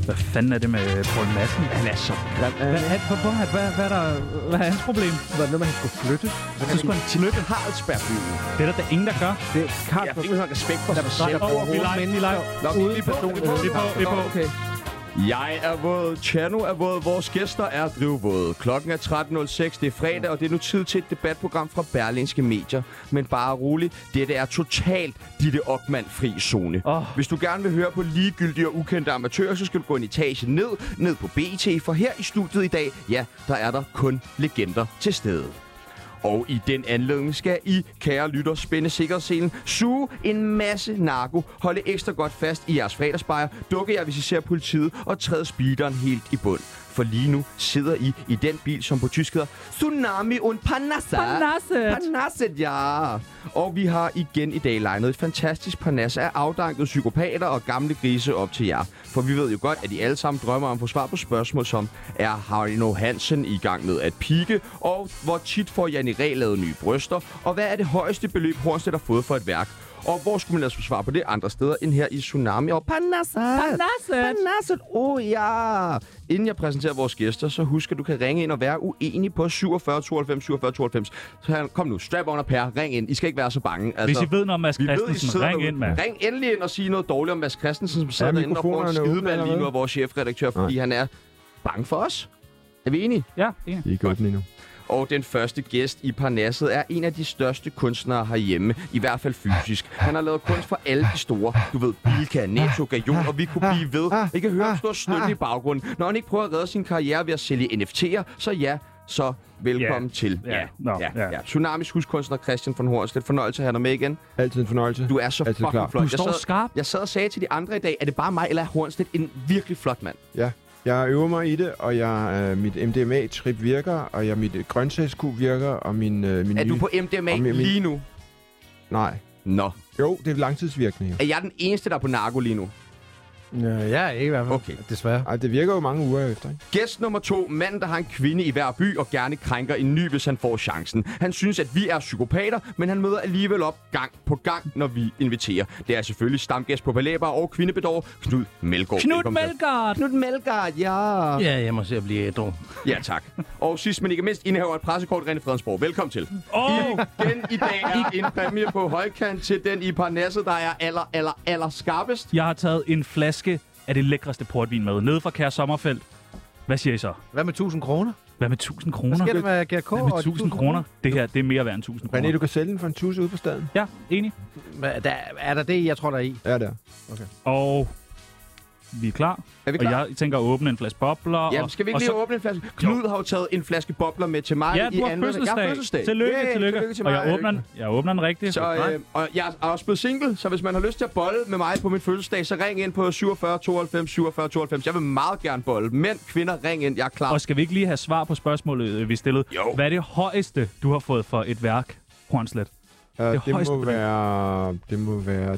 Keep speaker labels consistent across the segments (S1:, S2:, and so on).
S1: Hvad fanden er det med Poul Madsen?
S2: Han er så grim.
S1: Hvad er hans problem?
S2: Var det noget, han skulle flytte?
S1: Så skulle han flytte
S2: Carlsbergbyen.
S1: Det er der ingen, der gør.
S2: Det er Carlsberg.
S3: Jeg har ikke respekt for sig selv.
S1: Vi er på.
S2: Okay.
S3: Jeg er våd, Chano er våd, vores gæster er drivvåde. Klokken er 13.06, det er fredag, og det er nu tid til et debatprogram fra Berlingske Medier. Men bare rolig, dette er totalt Ditte Okman-fri zone. Hvis du gerne vil høre på ligegyldige og ukendte amatører, så skal du gå en etage ned på BT, for her i studiet i dag, ja, der er der kun legender til stede. Og i den anledning skal I, kære lytter, spænde sikkerhedsselen, suge en masse narko, holde ekstra godt fast i jeres fredagsbajer, dukke jer, hvis I ser politiet, og træde speederen helt i bund. For lige nu sidder I den bil, som på tysk hedder Tsunami und Parnasset, ja. Og vi har igen i dag legnet et fantastisk parnas af afdankede psykopater og gamle grise op til jer. For vi ved jo godt, at I alle sammen drømmer om at få svar på spørgsmål som, er Harino Hansen i gang med at pike? Og hvor tit får Janne Reh lavet nye bryster? Og hvad er det højeste beløb, Hornstedt har fået for et værk? Og hvor skulle man altså svare på det andre steder end her i Tsunami og Parnasset. Ja. Inden jeg præsenterer vores gæster, så husk, at du kan ringe ind og være uenig på 47 92 47 92. Så kom nu, strap on og Per, ring ind. I skal ikke være så bange.
S1: Altså, hvis I ved noget om Mads Christensen, ring ind, med.
S3: Ring endelig ind og sige noget dårligt om Mads Christensen, som sidder derinde og får en skideball lige nu af vores chefredaktør, fordi han er bange for os. Er vi enige?
S1: Ja, enig.
S2: I er godt lige nu.
S3: Og den første gæst i Parnasset er en af de største kunstnere herhjemme, i hvert fald fysisk. Han har lavet kunst for alle de store. Du ved, Bilka, Netto, Gajon, og vi kunne blive ved. I kan høre ham stå snødt i baggrunden. Når han ikke prøver at redde sin karriere ved at sælge NFT'er, så velkommen til. Ja. Tsunamis huskunstner Christian von Hornstedt. Fornøjelse at have dig med igen.
S2: Altid en fornøjelse.
S3: Du er så
S2: altid
S3: fucking
S2: klar.
S3: flot.
S1: Du står skarp.
S3: Jeg sad og sagde til de andre i dag, er det bare mig, eller er Hornstedt en virkelig flot mand?
S2: Ja. Jeg øver mig i det, og mit MDMA-trip virker, og mit grøntsagsku virker, og min
S3: er du på MDMA lige nu?
S2: Nej.
S3: Nå.
S2: Jo, det er langtidsvirkning.
S3: Er jeg den eneste, der er på narko lige nu?
S4: Ja, jeg er ikke i hvert fald.
S3: Okay.
S4: Desværre.
S2: Ej, det virker jo mange uger efter, ikke?
S3: Gæst nummer 2. Manden, der har en kvinde i hver by og gerne krænker en ny, hvis han får chancen. Han synes, at vi er psykopater, men han møder alligevel op gang på gang, når vi inviterer. Det er selvfølgelig stamgæst på Palæber og kvindebedår, Knud Melgaard.
S1: Knud
S3: Melgaard, ja.
S4: Ja, jeg må se at blive ædru.
S3: Ja, tak. Og sidst, men ikke mindst, indehaver et pressekort, René Fredensborg. Velkommen til. Igen i dag er en præmie på højkant til den i Parnasset, der er aller skarpest.
S1: Jeg har taget en flaske af det lækreste portvin med, nede fra Kære Sommerfelt. Hvad siger I så?
S4: Hvad med 1000 kroner?
S1: Hvad med 1000 kroner?
S4: Hvad sker der med GRK?
S1: Hvad med 1000 kroner? Det her, det er mere værd end 1000 kroner.
S2: René, du kan sælge den for en tusse ude på staden.
S1: Ja, enig.
S4: Er der det, jeg tror, der er i?
S2: Ja, der.
S1: Okay. Og vi er klar.
S3: Er vi klar?
S1: Og jeg tænker at åbne en flaske bobler.
S3: Ja, skal vi ikke lige åbne en flaske? Knud har jo taget en flaske bobler med til mig.
S1: Ja, du har fødselsdag. Tillykke til mig. Og jeg åbner den rigtigt.
S3: Og jeg er også blevet single, så hvis man har lyst til at bolle med mig på min fødselsdag, så ring ind på 47 92 47 92. Jeg vil meget gerne bolle. Mænd, kvinder, ring ind. Jeg er klar.
S1: Og skal vi ikke lige have svar på spørgsmålet, vi stillede?
S3: Jo.
S1: Hvad er det højeste, du har fået for et værk, Hornslet?
S2: Det må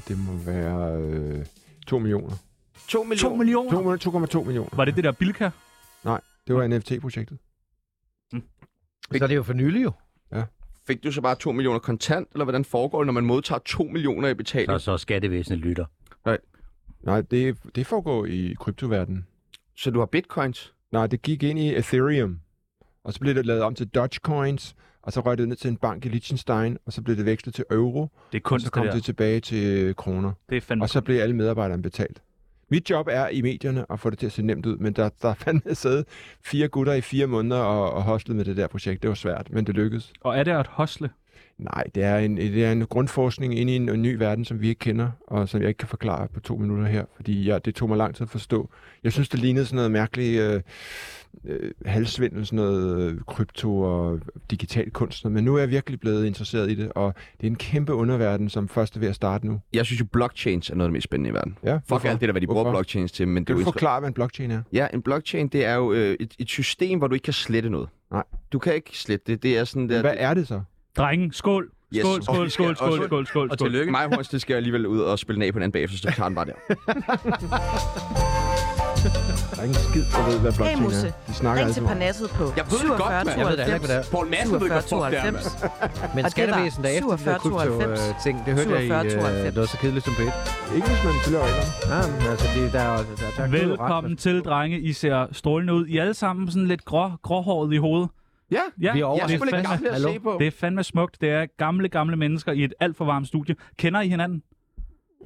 S2: være 2 millioner.
S3: 2 millioner?
S2: 2,2 millioner.
S1: Var det der Bilka?
S2: Nej, det var NFT-projektet.
S4: Så er det jo for nylig jo.
S2: Ja.
S3: Fik du så bare 2 millioner kontant, eller hvordan foregår det, når man modtager 2 millioner i betaling?
S4: Så skattevæsenet lytter.
S2: Nej, det foregår i kryptoverdenen.
S3: Så du har bitcoins?
S2: Nej, det gik ind i Ethereum, og så blev det lavet om til Dogecoins, og så røg det ned til en bank i Liechtenstein, og så blev det vekslet til euro,
S1: det er kunst,
S2: og så kom det tilbage til kroner.
S1: Det er fandme.
S2: Og så blev alle medarbejderne betalt. Mit job er i medierne at få det til at se nemt ud, men der er fandme siddet 4 gutter i 4 måneder og hostlet med det der projekt. Det var svært, men det lykkedes.
S1: Og er det at hostle?
S2: Nej, det er en grundforskning ind i en ny verden, som vi ikke kender, og som jeg ikke kan forklare på 2 minutter her, fordi det tog mig lang tid at forstå. Jeg synes, det lignede sådan noget mærkeligt halvsvindel, sådan noget krypto og digital kunst, men nu er jeg virkelig blevet interesseret i det, og det er en kæmpe underverden, som først er ved at starte nu.
S3: Jeg synes jo, blockchains er noget af det mest spændende i verden.
S2: Ja,
S3: fuck alt det der, hvad de bruger blockchains til. Men
S2: kan du forklare, hvad en blockchain er?
S3: Ja, en blockchain, det er jo et system, hvor du ikke kan slette noget.
S2: Nej.
S3: Du kan ikke slette det. Det er sådan der.
S2: Hvad er det så?
S1: Drenge, skål!
S3: Yes.
S1: Skål.
S3: Og tillykke. Mig og det skal jeg alligevel ud og spille den af på den anden bagefter, så tager den bare der.
S2: er ingen skid, der ved, hvad
S5: Hey
S2: blockchain
S5: Musse,
S2: er. De snakker
S5: ring
S2: alle
S5: til
S2: sammen.
S5: Parnasset på
S3: Jeg ved det godt,
S5: 47
S3: mand.
S4: Jeg ved det heller ikke, hvad det
S5: 92
S4: er.
S3: Poul Madsen ved, hvad
S5: 47
S3: fuck det er, mand.
S5: 92.
S4: Men
S5: Og det
S4: skattevæsen,
S5: var
S4: der efter de der
S5: 47, 92.
S4: krypto-ting, det hørte jeg
S5: 47,
S4: i
S5: 92.
S4: noget så kedeligt som pæt.
S2: Ikke hvis man følger reglerne.
S4: Ja, men altså, der er
S1: Velkommen til, drenge. I ser strålende ud. I er alle sammen sådan lidt gråhåret i hovedet.
S3: Ja,
S1: Ja,
S4: Vi er over.
S3: jeg er
S1: det,
S3: sgu
S1: er
S3: lidt gammel at
S1: fandme,
S3: se på.
S1: det er fandme smukt. Det er gamle mennesker i et alt for varmt studie. Kender I hinanden?
S4: Ja,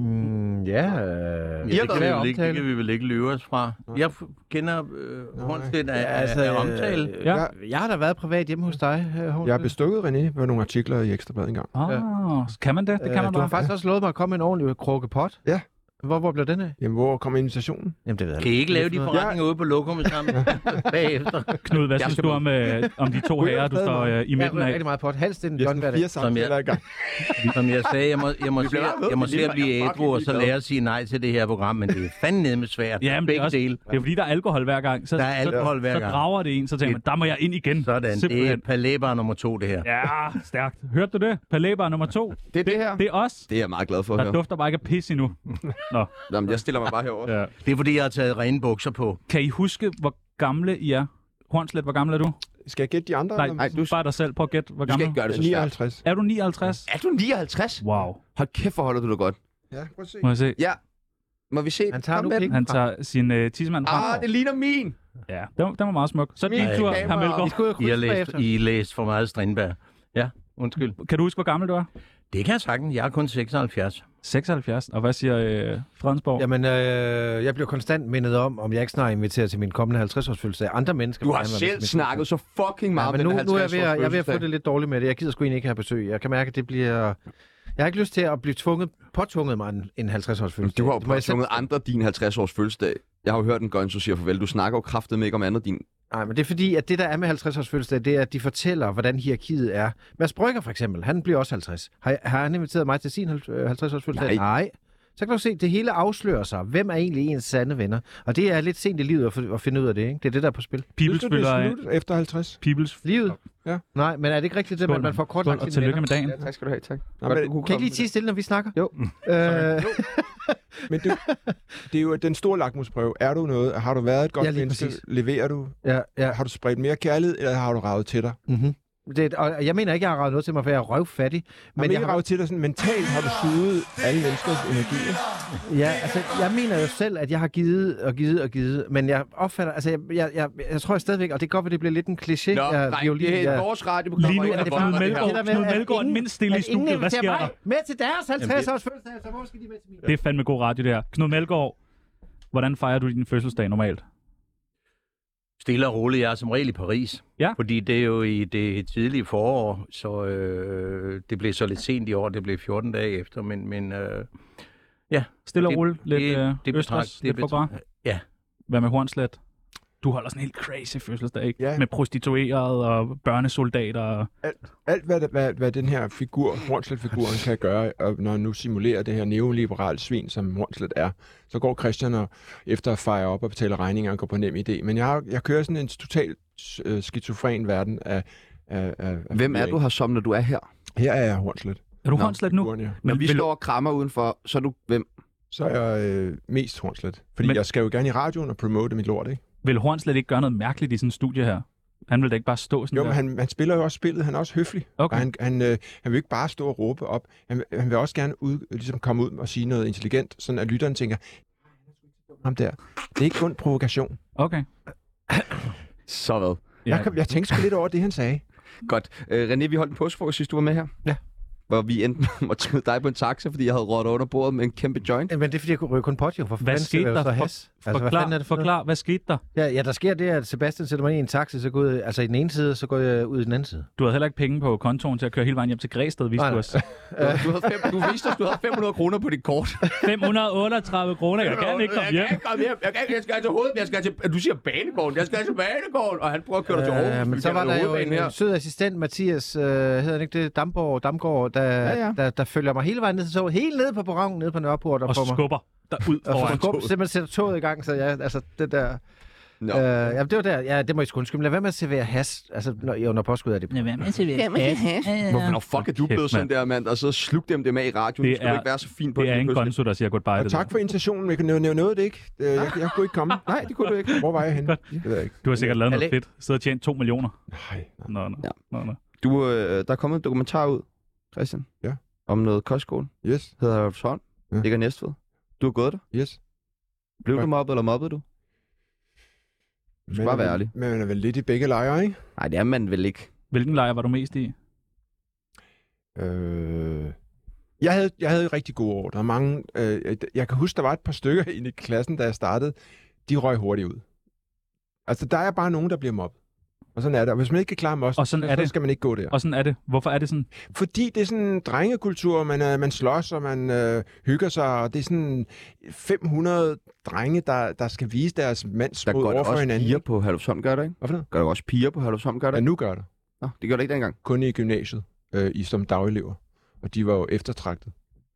S3: det
S6: kan vi vel ikke løbe os fra. Jeg kender Hornstedt af omtale.
S1: Ja.
S4: Jeg har da været privat hjemme hos dig, Hornstedt.
S2: Jeg har bestukket René på nogle artikler i Ekstrabladet engang.
S1: Kan man det? Det kan man
S4: Du har
S1: bare.
S4: faktisk også lovet mig at komme med en ordentlig krukke pot.
S2: Ja.
S4: Hvor blev den af?
S2: Jamen, hvor kommer invitationen?
S4: Jamen, det ved jeg
S6: Kan I ikke lave de forretninger ude på lokummet sammen bagefter?
S1: Knud, hvad synes du om de to herrer, du står i midten
S4: Ja,
S1: af?
S4: rigtig meget pot. Helst en
S2: Vi har
S4: John
S2: sådan 4 samtaler i gang.
S6: Som jeg sagde, jeg må se at blive ædru, og så lære at sige nej til det her program, men det er fandme ned svært.
S1: Ja, men det er,
S6: Begge
S1: også,
S6: dele.
S1: det er fordi, der er alkohol hver gang.
S6: Der er alkohol hver
S1: Så
S6: gang.
S1: drager det en, så tænker man, der må jeg ind igen.
S6: Sådan, det er
S1: Simpelthen.
S6: Palæber nummer 2, det her.
S1: Ja, stærkt. Hørte du det? Palæber nummer 2.
S3: Det er det her.
S1: Det er os.
S3: Det er jeg meget glad for at
S1: Der
S3: høre.
S1: dufter bare ikke af pis endnu. Nå.
S3: Jamen, jeg stiller mig bare herover.
S1: Ja.
S6: Det er fordi, jeg har taget rene bukser på.
S1: Kan I huske, hvor gamle I er? Hornslet, hvor gammel er du?
S2: Skal jeg gætte de andre?
S1: Nej,
S2: eller?
S3: Nej, du
S1: bare dig selv. Prøv at gætte, hvor
S3: skal
S1: gammel
S3: ikke gøre det så svært.
S2: 59.
S1: er du 59?
S3: Er du 59?
S1: Wow.
S3: Hold kæft, hvor holder du dig godt.
S2: Ja, prøv at se.
S1: Må jeg se.
S3: Ja. Må vi se?
S4: Han tager
S3: Kom
S4: nu
S3: med den.
S4: pikken.
S1: Han tager sin tissemand frem.
S3: Det ligner min.
S1: Ja, den var meget smuk. Så
S3: Min
S1: din tur,
S3: kamera.
S1: hr.
S4: Vi
S1: Melgaard.
S4: skulle
S6: I har
S4: krydse bagefter.
S6: læst for meget Strindberg. Ja, undskyld.
S1: Kan du huske, hvor gammel du er?
S6: Det kan jeg sagtens. Jeg er kun 76.
S1: 76. Og hvad siger Fredensborg?
S4: Jamen, jeg bliver konstant mindet om jeg ikke snart inviterer til min kommende 50-års fødselsdag. Andre mennesker...
S3: Du har
S4: vil gerne være
S3: selv
S4: med til min
S3: snakket så fucking meget
S4: Ja,
S3: om
S4: men
S3: den
S4: nu er
S3: 50
S4: jeg ved at få det lidt dårligt med det. Jeg gider sgu egentlig ikke have besøg. Jeg kan mærke, at det bliver... Jeg har ikke lyst til at blive påtvunget mig en 50-års fødselsdag.
S3: Du har jo
S4: Det må jeg selv-
S3: påtvunget andre din 50-års fødselsdag. Jeg har jo hørt en Gønso siger farvel. Du snakker jo kraftedeme ikke om andet din.
S4: Nej, men det er fordi, at det der er med 50-års fødselsdag, det er, at de fortæller, hvordan hierarkiet er. Mads Brygger for eksempel, han bliver også 50. Har han inviteret mig til sin 50-års fødselsdag? Nej. Så kan du se, det hele afslører sig. Hvem er egentlig ens sande venner? Og det er lidt sent i livet at finde ud af det, ikke? Det er det, der er på spil.
S1: Peoples
S2: Synes du, det
S1: spiller
S2: er slut efter 50?
S1: Peoples.
S4: Livet?
S2: Ja.
S4: Nej, men er det ikke rigtigt, at man får kortlagt
S1: og
S4: sine
S1: tillykke
S4: venner?
S1: med dagen.
S3: Tak skal du have, tak.
S2: Nå, men,
S4: Kan I ikke lige tige stille, når vi snakker?
S3: Jo.
S2: men det er jo den store lakmusprøve. Er du noget? Har du været et godt
S4: Ja, lige
S2: menneske?
S4: præcis.
S2: Leverer du?
S4: Ja.
S2: Har du spredt mere kærlighed, eller har du ravet til dig?
S4: Mm-hmm. Og jeg mener ikke, jeg har ravet noget til mig, for jeg er røvfattig.
S2: Men
S4: jeg
S2: ikke ravet til dig sådan mentalt, har du suget alle menneskers energi?
S4: Ja, altså, jeg mener jo selv, at jeg har givet, men jeg opfatter, altså, jeg tror stadigvæk, og det kan godt være, det bliver lidt en kliché.
S3: Nå, det er vores radioprogram.
S1: Lige nu
S3: og
S1: er
S3: jeg
S1: Knud
S3: bare-
S1: Melgaard mindst stille i studiet. Hvad sker der?
S4: Med til deres 50-års fødselsdag, så hvor skal de med til min?
S1: Det er fandme god radio, det her. Knud Melgaard, hvordan fejrer du din fødselsdag normalt?
S6: Stille og roligt. Jeg er som regel i Paris.
S1: Ja.
S6: Fordi det er jo i det tidlige forår, så det blev så lidt sent i år. Det blev 14 dage efter, men ja.
S1: Stille og roligt. Lidt østers, lidt for bra.
S6: Ja.
S1: Hvad med Hornslet? Du holder sådan en helt crazy fødselsdag, ikke?
S2: Ja.
S1: Med prostituerede og børnesoldater.
S2: Alt, hvad den her figur, Hornslet-figuren, kan gøre, og når han nu simulerer det her neoliberale svin, som Hornslet er, så går Christian og efter at fejre op og betale regninger og går på nem idé. Men jeg kører sådan en totalt skizofren verden af
S3: Hvem er du her som, når du er her?
S2: Her er jeg Hornslet.
S1: Er du
S3: Nå,
S1: Hornslet nu?
S2: Figuren, ja.
S3: Når vi
S1: vil
S3: står og krammer udenfor, så er du hvem?
S2: Så er jeg mest Hornslet. Fordi
S1: Men-
S2: jeg skal jo gerne i radioen og promote mit lort, ikke?
S1: Vil Hornslet ikke gøre noget mærkeligt i sådan en studie her? Han vil da ikke bare stå sådan
S2: Jo,
S1: der?
S2: men han spiller jo også spillet. Han er også høflig.
S1: Okay.
S2: Og han vil ikke bare stå og råbe op. Han vil også gerne ligesom komme ud og sige noget intelligent, sådan at lytteren tænker, ham der. Det er ikke kun provokation.
S1: Okay.
S3: Så hvad?
S1: Ja.
S2: Jeg tænkte sgu lidt over det, han sagde.
S3: Godt. René, vi holdt en påskefrokost sidst, du var med her.
S4: Ja.
S3: Hvor vi enten måtte smide dig på en taxa, fordi jeg havde rådt under bordet med en kæmpe joint.
S4: Men det er fordi, jeg kunne ryge kun pot, jo. For
S1: Hvad skete der? Forklar, hvad skete der?
S4: Ja, der sker det, at Sebastian sætter mig i en taxi, så går jeg, altså i den ene side, så går jeg ud i den anden side.
S1: Du havde heller ikke penge på kontoen til at køre hele vejen hjem til Græsted, viste
S4: Nej,
S1: du
S4: nej.
S1: os.
S3: Du viste os, du havde 500 kroner på dit kort.
S1: 538 kroner, jeg kan ikke komme hjem.
S3: Jeg skal til hovedet, jeg skal til... Du siger banegården. Jeg skal til banegården. Og han prøver at køre dig til Aarhus.
S4: Men så var der jo en sød assistent, Mathias, hedder han ikke det, Damgaard, der følger mig hele vejen ned til toget, helt nede på perronen, nede på Nørreport,
S1: Og
S4: får mig.
S1: skubber derud
S4: Og
S1: foran
S4: får
S1: toget.
S4: simpelthen sætter toget i gang, så ja, altså det der... Ja, det var der. Ja, det må I sgu undskylde. Lad være med at servere has, altså under påskud af det.
S1: Lad være med at servere has.
S3: Hvorfor fuck er du blevet sådan der, mand? Og så slug dem med i radioen. Det skal du ikke være så fint på.
S1: Det er en konso, der siger goodbye.
S2: Og tak for invitationen. Jeg nåede det ikke. Jeg kunne ikke komme. Nej, det kunne du ikke. Hvor var jeg henne? Det ved jeg ikke.
S1: Du har sikkert lavet noget fedt. Siddet og tjent 2 millioner.
S2: Nej.
S1: Nå.
S3: Der er kommet en dokumentar ud, Christian.
S2: Ja.
S3: Om noget kostskole.
S2: Yes.
S3: Hedder Herlufsholm.
S2: Ja.
S3: Ligger Næstved. Du har gået der.
S2: Yes.
S3: Blev du mobbet, eller mobbede du? Du skal bare være ærlig.
S2: Men man er vel lidt i begge lejre, ikke?
S3: Nej, det er man vel ikke.
S1: Hvilken lejr var du mest i?
S2: Jeg havde rigtig gode år. Der er mange... jeg kan huske, der var et par stykker inde i klassen, da jeg startede. De røg hurtigt ud. Altså, der er bare nogen, der bliver mobbet. Og sådan er det. Og hvis man ikke kan klare mobbet, så skal man ikke gå der.
S1: Og sådan er det. Hvorfor er det sådan?
S2: Fordi det er sådan en drengekultur. Man slås, og man hygger sig. Og det er sådan 500 drenge, der skal vise deres mandsmod over for hinanden.
S3: Der går også piger på Herlufsholm, gør det ikke?
S2: Hvorfor det?
S3: Gør der også piger på Herlufsholm, gør det?
S2: Ja, nu gør det.
S3: Nå, det gør det ikke dengang.
S2: Kun i gymnasiet, som dagelever. Og de var jo eftertragtet.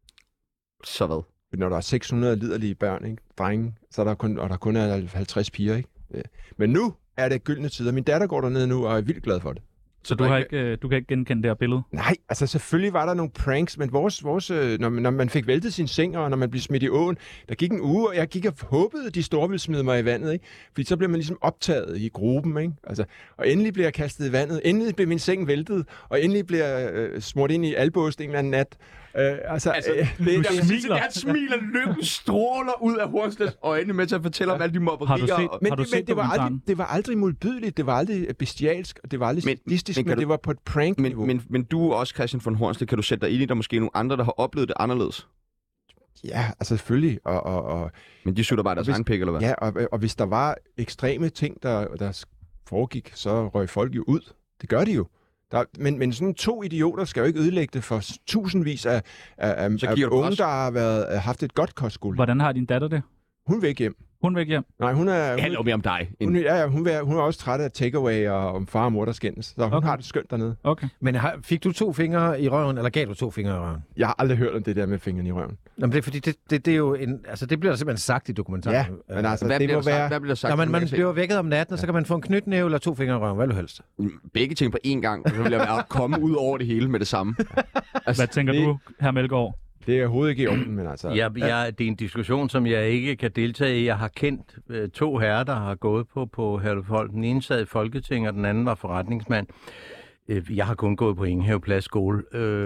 S3: Så hvad?
S2: Når der er 600 liderlige børn, ikke? Drenge, så er der kun er 50 piger, ikke? Men nu er det gyldne tider. Min datter går dernede nu og er vildt glad for det.
S1: Så du kan ikke genkende det her billede?
S2: Nej, altså selvfølgelig var der nogle pranks, men når man fik væltet sin seng, og når man blev smidt i åen, der gik en uge, og jeg gik og håbede, at de store ville smide mig i vandet, ikke? Fordi så blev man ligesom optaget i gruppen, ikke? Altså, og endelig blev jeg kastet i vandet, endelig blev min seng væltet, og endelig blev jeg smurt ind i albost en eller anden nat.
S1: Du smiler.
S3: Jeg smiler, lykken stråler ud af Hornslets øjne med til at fortælle om alle de mobberier.
S2: Men det var aldrig modbydeligt, det var aldrig bestialsk, og det var aldrig sadistisk, men det var på et prank-niveau.
S3: Men du også, Christian von Hornslet, kan du sætte dig ind i, der måske nogle andre, der har oplevet det anderledes?
S2: Ja, altså selvfølgelig.
S3: Men de sutter bare deres egen pik, eller hvad?
S2: Ja, og hvis der var ekstreme ting, der foregik, så røg folk jo ud. Det gør de jo. Men sådan 2 idioter skal jo ikke ødelægge det for tusindvis af unge, der har haft et godt kostskole.
S1: Hvordan har din datter det?
S2: Hun er væk hjem.
S1: Hun er væk hjem?
S2: Nej, hun er...
S3: Det handler mere om dig.
S2: Hun er også træt af takeaway og om far og mor, der skændes. Så hun har det skønt dernede.
S1: Okay.
S4: Men fik du 2 fingre i røven, eller gav du 2 fingre i røven?
S2: Jeg har aldrig hørt om det der med fingrene i røven.
S4: Jamen, det er fordi, det er jo det bliver der simpelthen sagt i dokumentaren.
S2: Ja, men altså,
S3: hvad bliver der sagt?
S4: Når man bliver vækket om natten, så kan man få en knytnæve eller 2 fingre i røven. Hvad vil du helst?
S3: Begge ting på én gang, så vil jeg komme ud over det hele med det samme.
S1: Hvad tænker du, hr. Melgaard?
S2: Det er overhovedet ikke i orden, men altså...
S6: Det er en diskussion, som jeg ikke kan deltage i. Jeg har kendt 2 herrer, der har gået på Herlufsholm. Den ene sad i Folketinget, og den anden var forretningsmand. Jeg har kun gået på Ingehaveplads skole.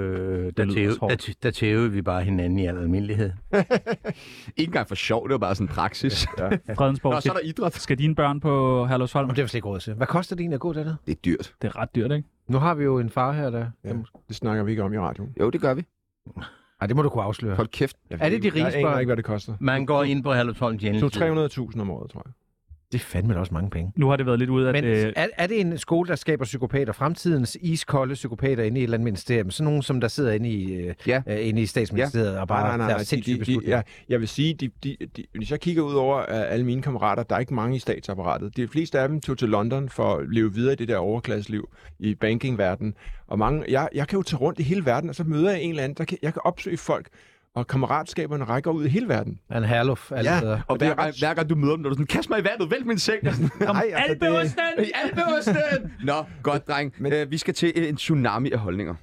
S6: Der tævede vi bare hinanden i al almindelighed.
S3: Ikke engang for sjov, det var bare sådan praksis.
S1: Ja. Fredensborg,
S3: Nå, så er der idræt.
S1: Skal dine børn på Herlufsholm?
S4: Det er slet ikke råd til. Hvad koster det egentlig at gå dernede?
S3: Det er dyrt.
S1: Det er ret dyrt, ikke?
S4: Nu har vi jo en far her, der...
S2: Ja, det snakker vi ikke om i radioen.
S3: Jo, det gør vi.
S4: Ej, det må du kunne afsløre.
S3: Hold kæft.
S4: Er det de rige
S2: Jeg aner ikke, hvad det koster.
S6: Man går ind på Herlufsholm hjælp.
S2: 300.000 om året, tror jeg.
S4: Det er fandme da også mange penge.
S1: Nu har det været lidt ude af...
S4: Men er det en skole, der skaber psykopater? Fremtidens iskolde psykopater inde i et eller andet ministerium? Sådan nogen, som der sidder inde i statsministeriet og bare
S2: nej,
S4: der er sindssygt beslutninger?
S2: Jeg vil sige, hvis jeg kigger ud over alle mine kammerater, der er ikke mange i statsapparatet. De fleste af dem tog til London for at leve videre i det der overklasseliv i bankingverdenen. Og mange, jeg kan jo tage rundt i hele verden, og så møder jeg en eller anden, jeg kan opsøge folk, og kammeratskaberne rækker ud i hele verden.
S4: En Herluf,
S2: ja,
S3: og hver gang du møder dem, når du sådan, kast mig i vandet, vælt min seng.
S1: Alpeosten!
S3: Nå, godt, dreng. Men vi skal til en tsunami af holdninger.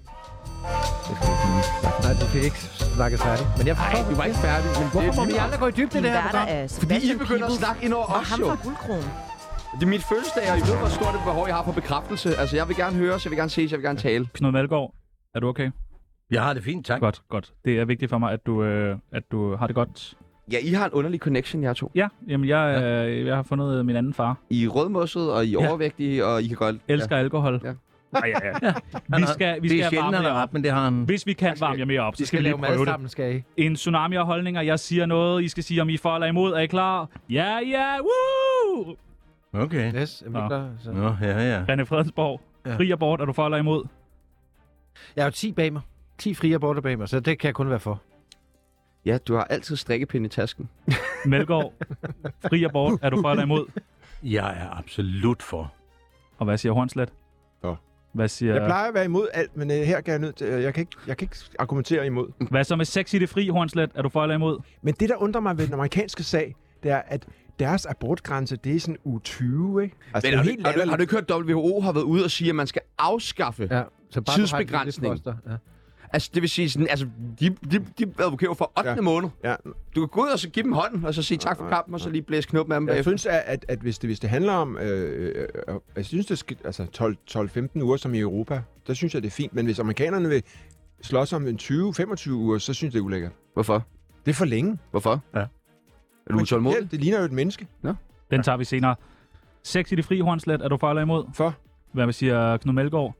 S4: Nej, du fik ikke snakket færdigt. Men jeg forstår,
S3: du var ikke færdig. Men
S4: hvorfor må vi aldrig gå i dybde det her program?
S3: Fordi I begynder at snakke ind over os, jo.
S5: Og ham fra Guldkronen.
S3: Det er mit fødselsdag, og I ved, hvor stort et behov jeg har for bekræftelse. Altså, jeg vil gerne høre, jeg vil gerne ses, jeg vil gerne tale.
S1: Knud Melgaard, er du okay?
S6: Jeg har det fint, tak.
S1: Godt. Det er vigtigt for mig, at du har det godt.
S3: Ja, I har en underlig connection, jer to.
S1: Ja, jamen jeg har fundet min anden far.
S3: I er rødmosset, og I er overvægtige, og I kan godt...
S1: Elsker alkohol.
S3: Ja.
S1: Ja. Vi skal varme jer op,
S6: men det har han.
S1: Hvis vi kan varme jer mere op, så skal vi lige prøve det.
S4: Skal
S1: En tsunami af holdninger. Jeg siger noget. I skal sige, om I for eller imod. Er I klar? Ja, woo!
S6: Okay.
S4: Yes, er vi klar? Så.
S6: Nå, ja.
S1: René Fredensborg. Fri abort. Er du for eller imod?
S4: Jeg har jo 10 bag mig. 10 frie aborter bag mig, så det kan jeg kun være for.
S3: Ja, du har altid strikkepinde i tasken.
S1: Melgaard. Fri abort. Er du for eller imod?
S6: Jeg er absolut for.
S1: Og hvad siger Hornslet? Hvad siger...
S2: Jeg plejer at være imod alt, men her kan jeg nødt til... Jeg kan ikke argumentere imod.
S1: Hvad så med sex i det fri, Hornslet? Er du for eller imod?
S2: Men det, der undrer mig ved den amerikanske sag, det er, at deres abortgrænse, det er sådan uge 20, ikke? Altså,
S3: Men har du ikke hørt, at WHO har været ude og sige, at man skal afskaffe
S4: så bare
S3: tidsbegrænsning? Altså, det vil sige sådan, altså, de advokerer for 8. måned.
S2: Ja.
S3: Du kan gå ud og så give dem hånden, og så sige tak for kampen, og så lige blæse knop med dem
S2: Jeg
S3: bagefter.
S2: synes, at hvis det handler om, jeg synes, det skal, altså 12-15 uger som i Europa, der synes jeg, det er fint. Men hvis amerikanerne vil slås om en 20-25 uger, så synes jeg, det er ulækkert.
S3: Hvorfor?
S2: Det er for længe.
S3: Hvorfor?
S6: Ja.
S3: Er du utålmodig?
S2: Det ligner jo et menneske.
S1: Den tager vi senere. Sex i det fri, Hornslet. Er du for eller imod?
S2: For?
S1: Hvad siger Knud Melgaard?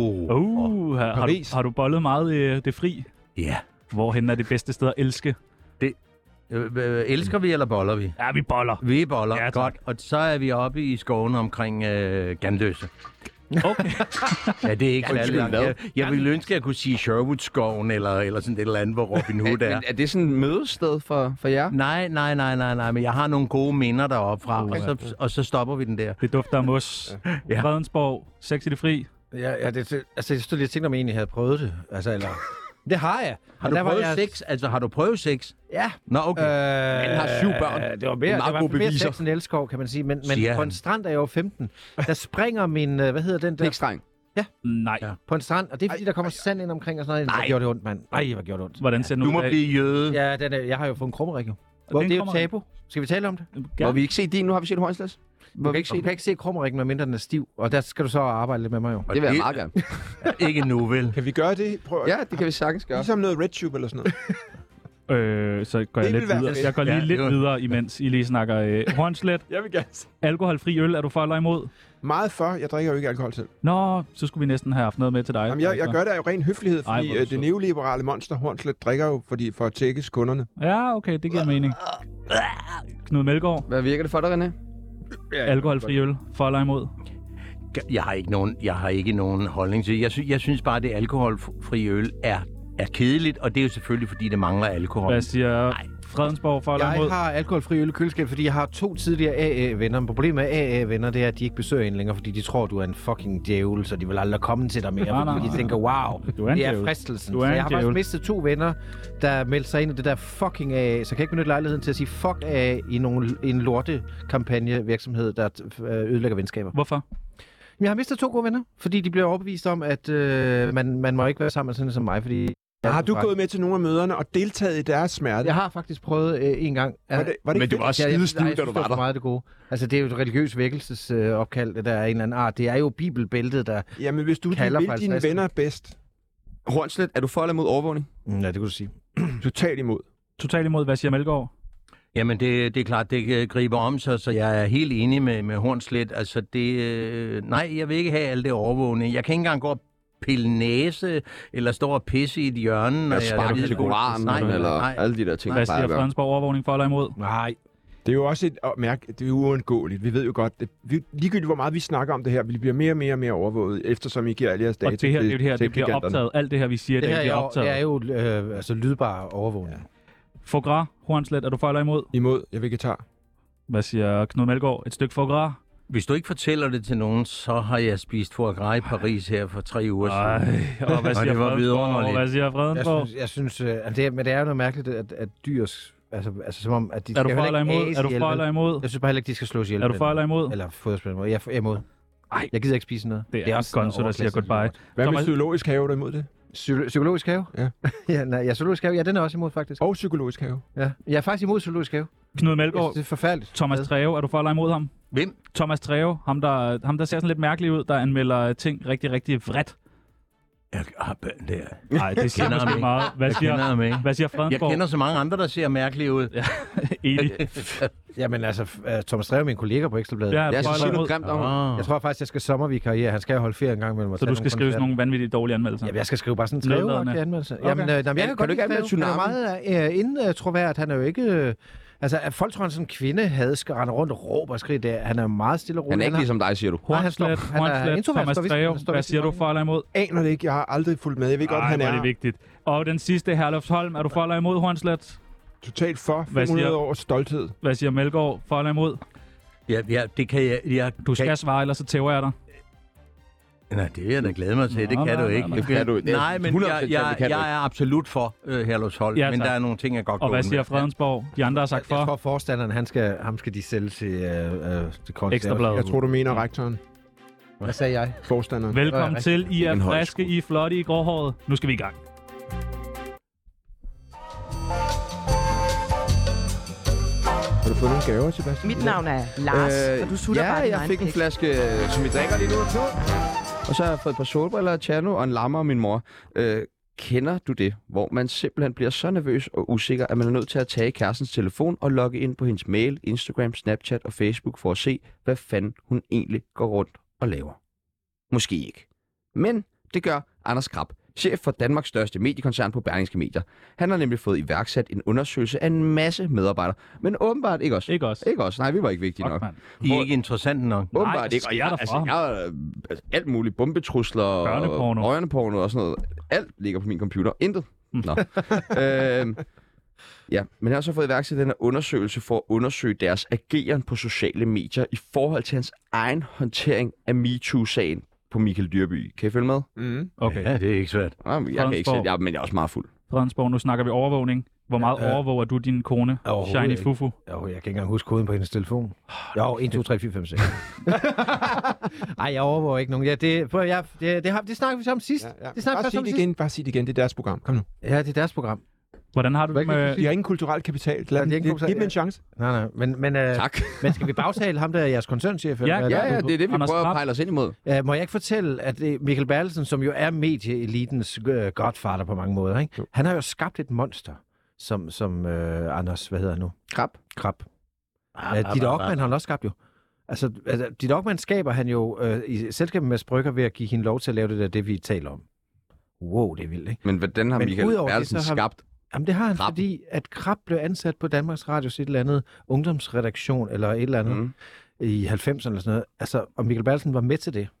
S1: Har du bollet meget det fri?
S6: Ja.
S1: Hvorhen er det bedste sted at elske?
S6: Elsker vi, eller boller vi?
S1: Ja, vi boller.
S6: Vi boller,
S1: Ja, tak.
S6: godt. Og så er vi oppe i skoven omkring Ganløse.
S1: Okay.
S6: Ja, det er ikke
S3: Undskyld,
S6: alle. Jeg ville ønske, at jeg kunne sige Sherwood-skoven, eller sådan et eller andet, hvor Robin Hood er.
S3: Men er det sådan et mødested for jer?
S6: Nej, men jeg har nogle gode minder deroppe fra, og så stopper vi den der.
S1: Det dufter af mos.
S6: Ja.
S1: Fredensborg. Sex i det fri.
S4: Ja, jeg stod lige og tænkte, om jeg egentlig havde prøvet det. Altså, eller... Det har jeg.
S6: Har du prøvet sex? Altså, har du prøvet sex?
S4: Ja.
S6: Nå, okay.
S3: Han har 7 børn.
S4: Det var mere sex end elskov, kan man sige. Men på en strand, da jeg var 15, der springer min, hvad hedder den der?
S3: Pikstreng.
S1: Nej.
S6: Ja.
S4: På en strand, og det er fordi, der kommer sand ind omkring og sådan noget. Nej. Hvor gjorde det ondt, mand. Nej, hvor gjorde det ondt.
S1: Hvordan ser den
S6: Du
S1: ud
S6: må
S1: af?
S6: blive jøde.
S4: Ja, jeg har jo fået en krummerig jo.
S1: Og
S4: Det er jo tabu. Skal vi tale om det?
S3: Må vi ikke se din? Nu har vi set Hornslet.
S4: Du kan ikke se krummeriggen, medmindre den er stiv. Og der skal du så arbejde lidt med mig jo.
S3: Det vil jeg meget gerne.
S6: Ikke nu, vel?
S2: Kan vi gøre det? Prøv
S3: Ja, det kan vi sagtens gøre.
S2: Ligesom noget RedTube eller sådan noget.
S1: Så går jeg
S2: Det
S1: lidt
S2: vil være
S1: videre.
S2: fedt.
S1: Jeg går lige
S6: Ja,
S1: lidt
S6: det var-
S1: videre, imens I lige snakker Hornslet.
S2: Jeg vil gerne.
S1: Alkoholfri øl. Er du for eller imod?
S2: Meget for. Jeg drikker jo ikke alkohol selv.
S1: Nå, så skulle vi næsten have haft noget med til dig.
S2: Jamen, jeg gør det af jo ren høflighed,
S1: Ej,
S2: fordi
S1: hvor er du
S2: det
S1: sød.
S2: neoliberale monster Hornslet drikker jo for at tækkes kunderne.
S1: Ja, okay, det giver mening. Knud Melgaard.
S3: Hvad virker det for dig, René?
S1: Alkoholfri øl. For eller imod?
S6: Jeg har ikke nogen holdning til det. Jeg synes bare, at det alkoholfri øl er kedeligt, og det er jo selvfølgelig, fordi det mangler alkohol.
S1: Hvad siger Fredensborg? For eller imod?
S4: Jeg har alkoholfri øl i køleskab, fordi jeg har 2 tidligere AA-venner. Men problemet med AA-venner, det er, at de ikke besøger en længere, fordi de tror, du er en fucking djævel, så de vil aldrig komme til dig mere.
S1: Nej.
S4: Fordi de tænker, wow,
S1: Du er en
S4: det er
S1: djævel.
S4: fristelsen.
S1: Du er
S4: Så
S1: en
S4: jeg har faktisk
S1: djævel.
S4: mistet 2 venner, der meldte sig ind i det der fucking AA, så jeg kan ikke benytte lejligheden til at sige fuck AA i en lortekampagne-virksomhed, der ødelægger venskaber.
S1: Hvorfor?
S4: Jeg har mistet 2 gode venner, fordi de blev overbevist om, at man må ikke være sammen med sådan en som mig, fordi...
S2: Har du gået med til nogle af møderne og deltaget i deres smerte?
S4: Jeg har faktisk prøvet en gang.
S2: Var det
S3: Men
S2: ikke
S3: du var også
S4: jeg
S3: skide
S4: synes,
S3: stiv, da du
S4: det
S3: var
S4: for
S3: der.
S4: meget det gode. Altså, det er jo et religiøs vækkelsesopkald, det der er en eller anden art. Det er jo bibelbæltet, der...
S2: Jamen, hvis du
S4: kalder
S2: vil
S4: fra
S2: dine
S4: 50'erne.
S2: venner bedst,
S3: Hornslet, er du for eller mod overvågning?
S4: Ja, det kunne du sige.
S2: totalt imod.
S1: Totalt imod. Hvad siger Melgaard?
S6: Jamen, det er klart, det griber om sig, så jeg er helt enig med Hornslet. Altså, nej, jeg vil ikke have alt det overvågning. Jeg kan ikke engang gå og pille næse, eller stå og pisse i et hjørne.
S3: Eller sparke til koranen, eller alle de der ting,
S1: Hvad
S3: der plejer
S1: siger
S3: at gøre.
S1: Fredensborg? Overvågning for eller imod?
S4: Nej.
S2: Det er jo også det er jo uundgåeligt. Vi ved jo godt, ligegyldigt hvor meget vi snakker om det her, vi bliver mere og mere og mere overvåget, eftersom I giver alle jeres data
S1: Og det her, det er jo det her, det bliver
S2: techgiganterne.
S1: optaget. Alt det her, vi siger i
S4: Det
S1: dag,
S4: her
S1: bliver optaget.
S4: er jo altså lydbar overvågning.
S1: Foie gras, Hornslet, er du for eller imod?
S2: Imod, jeg er vegetar.
S1: Hvad siger Knud Melgaard? Et stykke foie gras?
S6: Hvis du ikke fortæller det til nogen, så har jeg spist foie gras i Paris her for 3 uger siden.
S1: Og hvad
S6: Og
S1: siger
S6: det var
S1: Fredensborg?
S6: vidunderligt.
S1: Hvad siger Fredensborg?
S4: Jeg synes men det er jo noget mærkeligt, at dyrs... Altså som om, at de
S1: Er du
S4: skal
S1: for
S4: heller
S1: eller
S4: ikke
S1: imod?
S4: æses
S1: Er du
S4: ihjel,
S1: for
S4: vel?
S1: eller imod?
S4: Jeg synes bare heller ikke, de skal slås ihjel.
S1: Er du for eller imod?
S4: Eller fodres på den måde. Jeg er imod.
S1: Ej.
S4: Jeg gider ikke spise noget.
S1: Det er
S4: også
S1: Gonzo, der siger goodbye.
S2: Hvad med
S1: Thomas-
S2: psykologisk have, er du imod det?
S4: Psykologisk have?
S2: Ja.
S4: ja, psykologisk have, ja, den er også imod, faktisk.
S2: Og psykologisk have.
S4: Ja. Jeg er faktisk imod psykologisk have.
S1: Knud
S4: Jeg
S1: Melgaard,
S4: synes, det er forfærdeligt.
S1: Thomas Treve, er du for eller imod ham?
S6: Hvem?
S1: Thomas Treve, ham der ser sådan lidt mærkelig ud, der anmelder ting rigtig, rigtig vredt.
S6: Jeg har det.
S1: Nej, det siger
S6: kender ham
S1: måske
S6: ikke.
S1: meget.
S6: Jeg kender ham ikke.
S1: Hvad siger
S6: Jeg
S1: Fredensborg?
S6: kender så mange andre, der ser mærkelige ud.
S1: Enig.
S4: Jamen altså, Thomas Dreve, min kollega på Ekstrabladet.
S1: Ja,
S3: Jeg
S1: for
S3: skal
S1: eller
S3: sige
S1: imod.
S3: noget grimt om ham.
S4: Jeg tror faktisk, jeg skal sommervikariere. Han skal jo holde ferie en gang imellem.
S1: Så du skal skrive sådan nogle vanvittigt dårlige anmeldelser?
S4: Jamen, jeg skal skrive bare sådan en
S1: Nedladende.
S4: træveagtig anmeldelse.
S1: Okay.
S4: Jamen, jeg kan
S3: Kan
S4: godt
S3: du ikke
S4: lide
S3: anmelde
S4: Treve. Han er meget introvert. Han er jo ikke... Altså, at folk tror, han er sådan en kvinde, skal rende rundt og råbe og skrige der. Han er meget stille og rolig.
S3: Han er ikke ligesom dig, siger du.
S4: Nej, han
S1: Hornslet,
S4: står- han er
S1: Hornslet,
S4: introvert,
S1: Thomas
S4: står vist-
S1: Treve,
S4: han står
S1: hvad
S4: vist i
S1: siger du
S4: mange-
S1: for eller imod?
S2: Aner det ikke, jeg har aldrig fulgt med. Jeg ved godt, han
S1: hvor er
S2: er
S1: det vigtigt. Og den sidste, Herlufsholm, er du for eller imod Hornslet?
S2: totalt for
S1: Hvad
S2: 500
S1: siger-
S2: års stolthed.
S1: Hvad siger Melgaard? For eller imod?
S6: Ja, det kan jeg...
S1: Du skal svare, ellers så tæver jeg dig.
S6: Nej, det vil jeg da glæde mig til. Det kan du ikke.
S3: Det kan du ikke.
S6: Nej, men
S3: 100%
S6: jeg er absolut for Herlufsholm,
S1: Ja,
S6: men
S1: tak.
S6: der er nogle ting, jeg godt
S1: Og
S6: går
S1: hvad siger Fredensborg? De andre har sagt
S4: Jeg
S1: for.
S4: tror, forstanderen, ham skal de sælge til konservative.
S1: Ekstrabladet.
S2: Jeg tror, du mener rektoren.
S4: Hvad sagde jeg?
S2: Forstanderen.
S1: Velkommen
S4: Ja,
S1: til. I er
S3: En
S1: friske,
S3: højskole.
S1: I er flotte, I er gråhåret. Nu skal vi i gang.
S2: Har du fået nogle gaver, Sebastian?
S5: Mit navn er Lars, og du sutter bare din
S3: jeg
S5: egen
S3: fik en
S5: pik.
S3: flaske, som vi drikker lige nu. Og så har jeg fået et par solbriller af Tjerno og en lammer af min mor. Kender du det, hvor man simpelthen bliver så nervøs og usikker, at man er nødt til at tage kærestens telefon og logge ind på hendes mail, Instagram, Snapchat og Facebook for at se, hvad fanden hun egentlig går rundt og laver? Måske ikke. Men det gør Anders Krab, chef for Danmarks største mediekoncern på Berlingske Medier. Han har nemlig fået iværksat en undersøgelse af en masse medarbejdere, men åbenbart ikke os.
S1: Ikke også?
S3: Ikke os. Nej, vi var ikke vigtige nok.
S1: Mand.
S6: I er ikke interessante nok.
S3: Åbenbart
S1: hvad
S3: ikke. Og
S1: sker der for ham?
S3: jeg har alt muligt bombetrusler og
S1: Børneporno.
S3: røgneporno og sådan noget. Alt ligger på min computer. Intet. Nå. Ja, men han har så fået iværksat den her undersøgelse for at undersøge deres ageren på sociale medier i forhold til hans egen håndtering af MeToo-sagen på Michael Dyrby. Kan I følge med?
S2: Mm.
S1: Okay.
S6: Ja, det er ikke svært.
S3: Jeg kan ikke se
S1: Fredensborg.
S3: men jeg er også meget fuld.
S1: Fredensborg, nu snakker vi overvågning. Hvor meget overvåger du din kone,
S4: Overhovedet
S1: Shiny
S4: ikke.
S1: Fufu?
S4: Jo, jeg kan ikke engang huske koden på hendes telefon. Jo, 1, 2, 3, 4, 5, 6. Ej, jeg overvåger ikke nogen. Ja, det snakker vi om sidst.
S2: Ja, ja.
S4: Det snakker
S2: Bare
S4: vi
S2: sig
S4: om
S2: det
S4: sidst.
S2: igen. Bare sig det igen. Det er deres program. Kom nu.
S4: Ja, det er deres program.
S1: Hvordan har du det med...
S2: De har ingen kulturel kapital. Lad dem,
S4: de har ikke
S2: giv dem en chance.
S4: Nej, men
S3: Tak.
S4: men skal vi bagtale ham, der er jeres koncernchef?
S1: Ja,
S4: eller?
S3: Ja, det er det, vi
S1: Anders
S3: prøver at
S1: Krab.
S3: pejle os ind imod.
S4: Må jeg ikke fortælle, at Michael Bertelsen, som jo er medieelitens godfather på mange måder, ikke?
S2: Jo.
S4: Han har jo skabt et monster, som Anders, hvad hedder han nu?
S3: Krab.
S4: Krab. Ditte Okman har han også skabt jo. Altså Ditte Okman skaber han jo i selskabet med Brygger ved at give hende lov til at lave det, vi taler om. Wow, det er vildt, ikke?
S3: Men hvordan har
S4: Men
S3: Michael
S4: udover det,
S3: Bertelsen
S4: så har-
S3: skabt?
S4: Jamen det har han,
S3: Krab.
S4: fordi at Krab blev ansat på Danmarks Radios et eller andet ungdomsredaktion, eller et eller andet i 90'erne eller sådan noget. Altså, og Michael Bertelsen var med til det.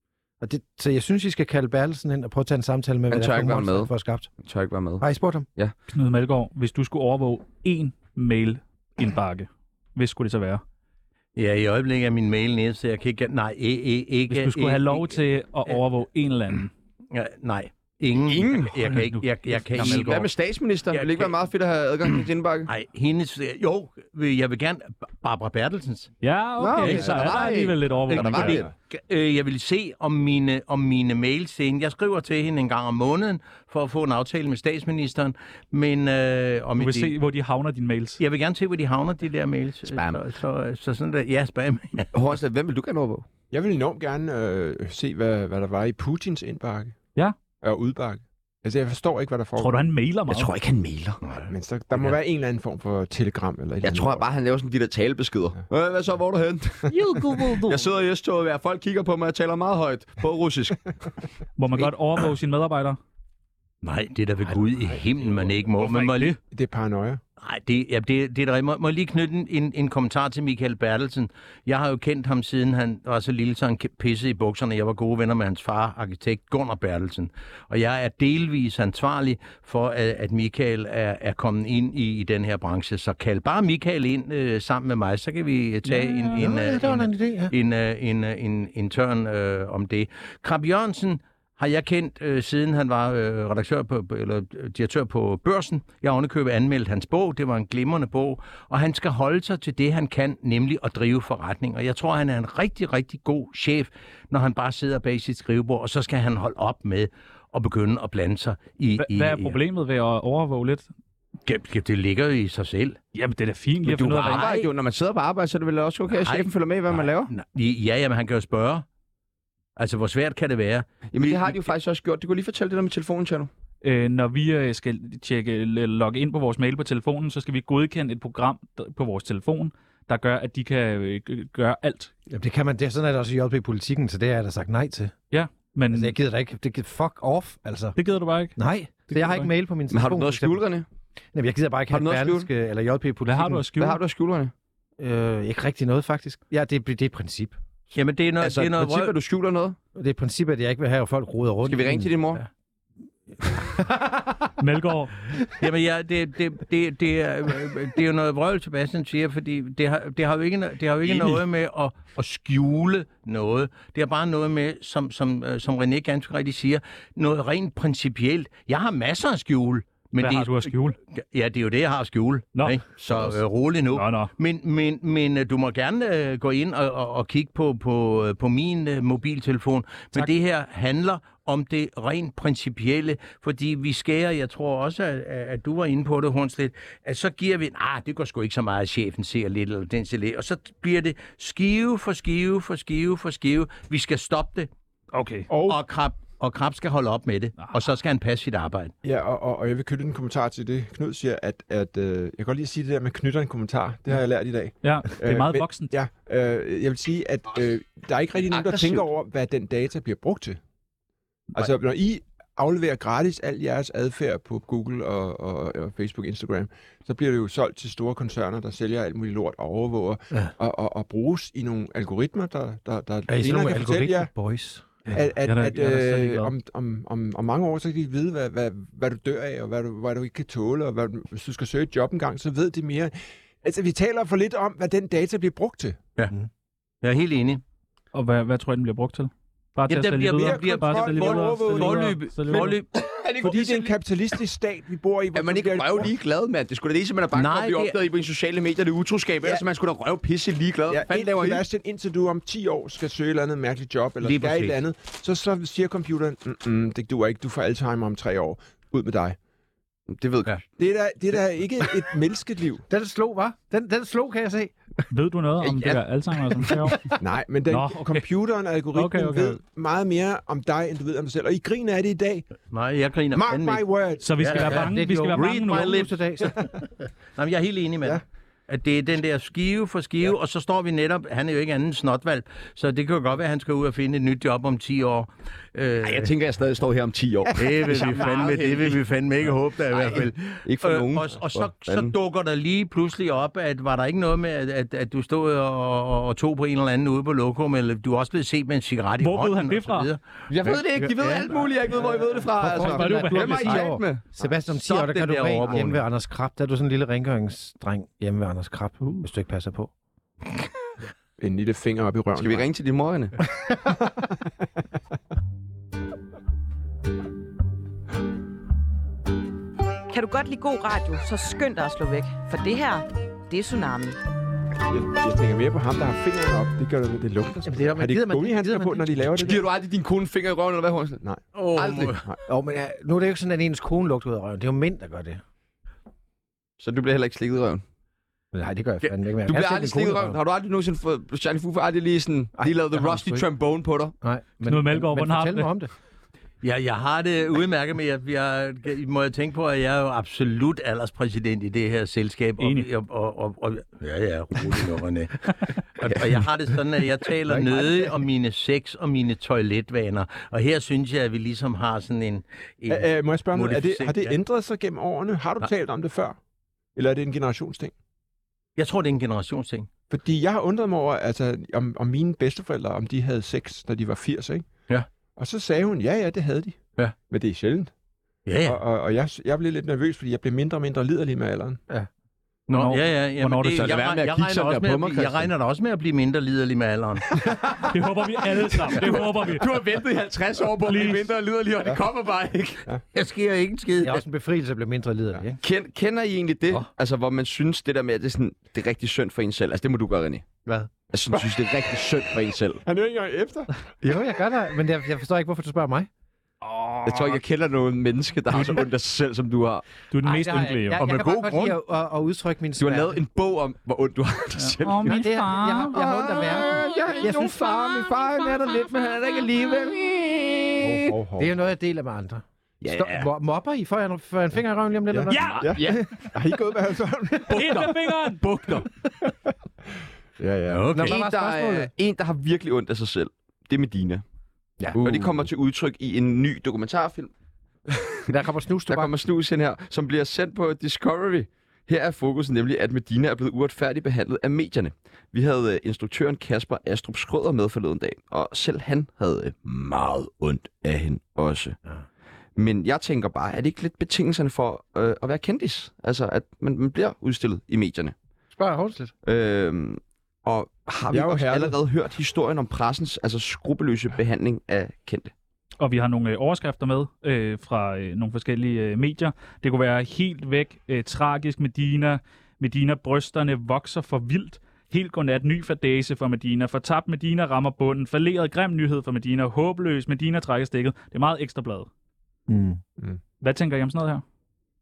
S4: Og det. Så jeg synes, I skal kalde Bertelsen ind og prøve at tage en samtale med,
S3: Han
S4: hvad
S3: tør
S4: det er
S3: ikke
S4: for
S3: være
S4: monster,
S3: med.
S4: han får skabt.
S3: Jeg tør ikke være med.
S4: Har I spurgt ham?
S1: Knud Malgaard, hvis du skulle overvåge én mail-indbakke, hvad skulle det så være?
S6: Ja, i øjeblikket er min mail nede, så jeg kan ikke... Nej, ikke...
S1: Hvis du skulle have lov til at overvåge en eller anden.
S6: Ja, nej. Ingen.
S3: Ingen?
S6: Jeg kan ikke... Jeg kan
S1: Gammel
S6: ikke...
S1: gård.
S3: Hvad med statsministeren?
S6: Jeg
S3: Vil det ikke
S6: kan-
S3: være meget fedt at have adgang til din indbakke?
S6: Nej, hendes... Jo, jeg vil gerne... Barbara Bertelsens.
S1: Ja, okay,
S3: okay,
S1: så er der alligevel lidt overvågning.
S3: der var det.
S6: Jeg vil se om mine mails senere. Jeg skriver til hende en gang om måneden for at få en aftale med statsministeren. Men om
S1: Du vil se, hvor de havner dine mails.
S6: jeg vil gerne se, hvor de havner, de der mails.
S3: Spam.
S6: Så sådan der. Ja, spam.
S3: Horst, hvem vil du gerne overvåge?
S2: Jeg vil enormt gerne se, hvad der var i Putins indbakke.
S1: Ja.
S2: Og udbakke. Altså, jeg forstår ikke, hvad der foregår.
S1: Tror du, han mailer meget?
S3: Jeg tror ikke, han mailer.
S2: Men så, der må være en eller anden form for telegram eller et eller
S3: Jeg
S2: andet.
S3: tror bare, han laver sådan de der talebeskeder. Hvad så, hvor er du hen? Jeg sidder i S-toget, og folk kigger på mig og taler meget højt på russisk.
S1: Må man godt overvåge sine medarbejdere?
S6: Nej, det er der ved Gud i himlen, man ikke må.
S1: Hvorfor
S6: Man må
S1: ikke
S6: lige...
S2: Det er paranoia.
S6: Nej, det er der. Må jeg lige knytte en kommentar til Michael Bertelsen. Jeg har jo kendt ham, siden han var så lille, så han pissede i bukserne. Jeg var gode venner med hans far, arkitekt Gunnar Bertelsen. Og jeg er delvis ansvarlig for, at Michael er kommet ind i den her branche. Så kald bare Michael ind sammen med mig, så kan vi tage en tørn om det. Krab Jørgensen har jeg kendt, siden han var direktør på Børsen. Jeg har ovenikøbet anmeldt hans bog. Det var en glimrende bog. Og han skal holde sig til det, han kan, nemlig at drive forretning. Og jeg tror, han er en rigtig, rigtig god chef, når han bare sidder bag sit skrivebord, og så skal han holde op med at begynde at blande sig i...
S1: Hvad er problemet ved at overvåge lidt?
S6: Det ligger jo i sig selv.
S1: Jamen, det er da fint lige
S3: Men
S1: at
S3: du
S1: finde ud
S3: er
S1: af,
S3: på
S1: hvad...
S3: arbejde, jo. Når man sidder på arbejde, så er det vel også okay, at
S6: Nej.
S3: chefen følger med i, hvad man laver?
S6: Ja, men han kan jo spørge. Altså, hvor svært kan det være?
S3: Jamen, det har de jo faktisk også gjort. Du kan lige fortælle det der med telefonen, Tjerno.
S1: Når vi skal logge ind på vores mail på telefonen, så skal vi godkende et program på vores telefon, der gør, at de kan gøre alt.
S4: Jamen, det kan man. Det er sådan, at også i JP-politikken, så det har jeg da sagt nej til.
S1: Ja, men
S4: Altså, jeg gider da ikke. Det gider fuck off, altså.
S1: det gider du bare ikke.
S4: Nej, så jeg har ikke mail på min telefon.
S3: Men har du noget at
S4: for eksempel.
S3: skjule, René?
S4: Jamen, jeg gider bare ikke
S3: Har du
S4: have
S3: noget at
S4: Berlingske eller JP-politikken.
S1: Hvad har du at skjule?
S3: Hvad har du at skjule, René?
S4: Ikke rigtig noget, faktisk. Ja, det er et princip.
S6: Jamen, det er noget,
S3: Altså,
S6: det er noget
S3: princippet, du skjuler noget?
S4: Det er et princip, at jeg ikke vil have, at folk roder rundt.
S3: Skal vi ringe til din mor?
S1: Melgaard.
S6: Jamen ja, det er jo noget vrøvl, Sebastian siger, fordi det har jo ikke noget med at skjule noget. Det er bare noget med, som René ganske rigtigt siger, noget rent principielt. Jeg har masser af skjule. Men
S1: Hvad har du at skjule?
S6: Ja, det er jo det, jeg har at skjule. Ikke? Så rolig nu.
S1: Nå.
S6: Men du må gerne gå ind og kigge på min mobiltelefon. Men det her handler om det rent principielle, fordi vi skærer, jeg tror også, at du var inde på det, Hornslet, at så giver vi, det går sgu ikke så meget, at chefen ser lidt, eller den ser lidt, og så bliver det skive for skive for skive for skive. Vi skal stoppe det.
S1: Okay.
S6: Og Krab skal holde op med det, og så skal han passe sit arbejde.
S2: Ja, og jeg vil knytte en kommentar til det. Knud siger, at jeg kan godt lige sige det der med knytter en kommentar. Det har jeg lært i dag.
S1: Ja, det er meget voksent.
S2: Ja, jeg vil sige, at der er ikke rigtig nogen, der tænker over, hvad den data bliver brugt til. Altså, når I afleverer gratis al jeres adfærd på Google og Facebook, Instagram, så bliver det jo solgt til store koncerner, der sælger alt muligt lort og overvåger, og bruges i nogle algoritmer, der
S4: er I sådan nogle algoritmer, boys?
S2: Om mange år, så kan de vide, hvad du dør af, og hvad du ikke kan tåle, og hvis du skal søge et job engang, så ved de mere. Altså, vi taler for lidt om, hvad den data bliver brugt til.
S6: Ja, jeg er helt enig.
S1: Og hvad tror I, den bliver brugt til? Bare til at sælge
S6: videre?
S2: Fordi det er en kapitalistisk stat, vi bor i.
S3: Er man ikke røv ligeglad, mand? Det skulle da det, som man er bange for at blive opdaget i på de sociale medier, det er utroskab. Ellers man skulle da røv pisse ligeglad. Ja,
S2: indtil du om 10 år skal søge et eller andet mærkeligt job, eller skal et eller andet, så siger computeren, det duer ikke, du får Alzheimer om 3 år. Ud med dig.
S3: Det ved jeg.
S2: Det er da ikke et menneskeliv.
S4: Den slog, hva'? Den slog, kan jeg se.
S1: Ved du noget om det der Alzheimer som 3 år?
S2: Nej, men computeren og algoritmen ved meget mere om dig, end du ved om dig selv. Og I griner af det i dag.
S6: Nej, jeg griner.
S2: Mark my words.
S1: Så vi skal være bange. Vi skal være bange nu.
S6: Jeg er helt enig med dig. At det er den der skive for skive, og så står vi netop, han er jo ikke anden snotvalg, så det kan jo godt være, at han skal ud og finde et nyt job om 10 år.
S3: Jeg tænker, jeg stadig står her om 10 år.
S6: Det vil vi fandme ikke håbe, der i hvert fald.
S3: Ikke for nogen.
S6: Og så dukker der lige pludselig op, at var der ikke noget med, at du stod og tog på en eller anden ude på lokum, eller du er også blevet set med en cigaret i hånden.
S1: Hvor ved han det fra?
S3: Jeg ved det ikke. De ved alt muligt. Jeg ikke ved, hvor I ved det fra.
S4: Hvem er I med? Sebastian, om 10 år, der kan du rent hjemme ved Anders Krab. Der er du sådan en lille rengøringsdreng hjemme ved Anders Krab, hvis du ikke passer på.
S2: En lille finger op i røven.
S3: Skal vi ringe til din mor, Anne?
S5: Kan du godt lide god radio, så skynd dig at slå væk. For det her, det er Tsunami.
S2: Jeg tænker mere på ham, der har fingrene op. Det gør det lugter. Har de gummihandsker på, når de laver det?
S3: Giver du aldrig din kone finger i røven, eller hvad, Hornslet?
S2: Nej.
S3: Aldrig.
S4: Men nu er det jo ikke sådan, at ens kone lugter ud af røven. Det er jo mænd, der gør det.
S3: Så du bliver heller ikke slikket i røven?
S4: Nej, det gør jeg fandme ikke.
S3: Du bliver aldrig slikket i røven. Har du aldrig nogensinde fået Charlie Fufu aldrig lige lavet the rusty trombone på dig?
S4: Nej,
S1: men Melgaard, hvordan har du det?
S4: Om det.
S6: Ja, jeg har det udmærket med, at jeg må tænke på, at jeg er jo absolut alderspræsident i det her selskab.
S1: Enig.
S6: Rolig nu, René. Og jeg har det sådan, at jeg taler nødig om mine sex og mine toiletvaner. Og her synes jeg, at vi ligesom har sådan en
S2: må jeg spørge noget? Har det ændret sig gennem årene? Har du talt om det før? Eller er det en generationsting?
S6: Jeg tror, det er en generationsting.
S2: Fordi jeg har undret mig over, altså, om mine bedsteforældre, om de havde sex, når de var 80, ikke?
S6: Ja.
S2: Og så sagde hun, ja, det havde de.
S6: Ja.
S2: Men det er sjældent.
S6: Ja.
S2: Og jeg blev lidt nervøs, fordi jeg blev mindre og mindre liderlig med alderen.
S6: Ja. Hvornår
S1: det,
S6: jeg regner da også med at blive mindre liderlig med alderen.
S1: Det håber vi alle sammen. Det håber vi.
S3: Du har ventet i 50 år på at blive mindre liderlig, og det kommer bare ikke.
S6: Ja. Jeg sker ikke en skid.
S4: Det er også en befrielse at blive mindre liderlig.
S3: Ja. Kender I egentlig det? Altså, hvor man synes det der med, at det er rigtig synd for en selv? Altså, det må du gøre, René.
S4: Hvad?
S3: Altså, synes det er rigtig synd for en selv.
S2: Han er jo ikke engang efter.
S4: Jo, jeg gør det, men jeg forstår ikke, hvorfor du spørger mig.
S3: Jeg tror ikke, jeg kender nogen menneske, der har så ondt af sig selv, som du har.
S1: Du er den mest yndelige, jo.
S4: Og med god grund. At udtrykke min
S3: smerte. Du har lavet en bog om, hvor ondt du har af dig selv.
S5: Min far.
S4: Jeg har ondt af verden.
S5: Jeg synes, far. Min far er med dig lidt, men han er der ikke alligevel.
S4: Det er jo noget, jeg deler med andre.
S2: Ja.
S4: Mobber I? Får en finger i røven lige om lidt?
S2: Ja. Har I gået med hans hånd?
S1: Ind med fingeren!
S6: Bugter.
S2: Ja.
S3: Okay. En, der har virkelig ondt af sig selv, det er Medina. Ja. Og det kommer til udtryk i en ny dokumentarfilm.
S4: Der kommer snus,
S3: der kommer snus ind her, som bliver sendt på Discovery. Her er fokusen nemlig, at Medina er blevet uretfærdigt behandlet af medierne. Vi havde instruktøren Kasper Astrup Schrøder med forleden dag, og selv han havde meget ondt af hende også. Ja. Men jeg tænker bare, er det ikke lidt betingelserne for at være kendis? Altså, at man bliver udstillet i medierne.
S4: Spørg Hornslet.
S3: Og har vi også allerede hørt historien om pressens skrupelløse behandling af kendte?
S1: Og vi har nogle overskrifter med fra nogle forskellige medier. Det kunne være helt væk, tragisk Medina. Medina, brysterne vokser for vildt. Helt godnat, ny fadæse for Medina. Fortabt Medina rammer bunden. Falderet, grim nyhed for Medina. Håbløs, Medina trækker stikket. Det er meget ekstrabladet. Hvad tænker I om sådan noget her?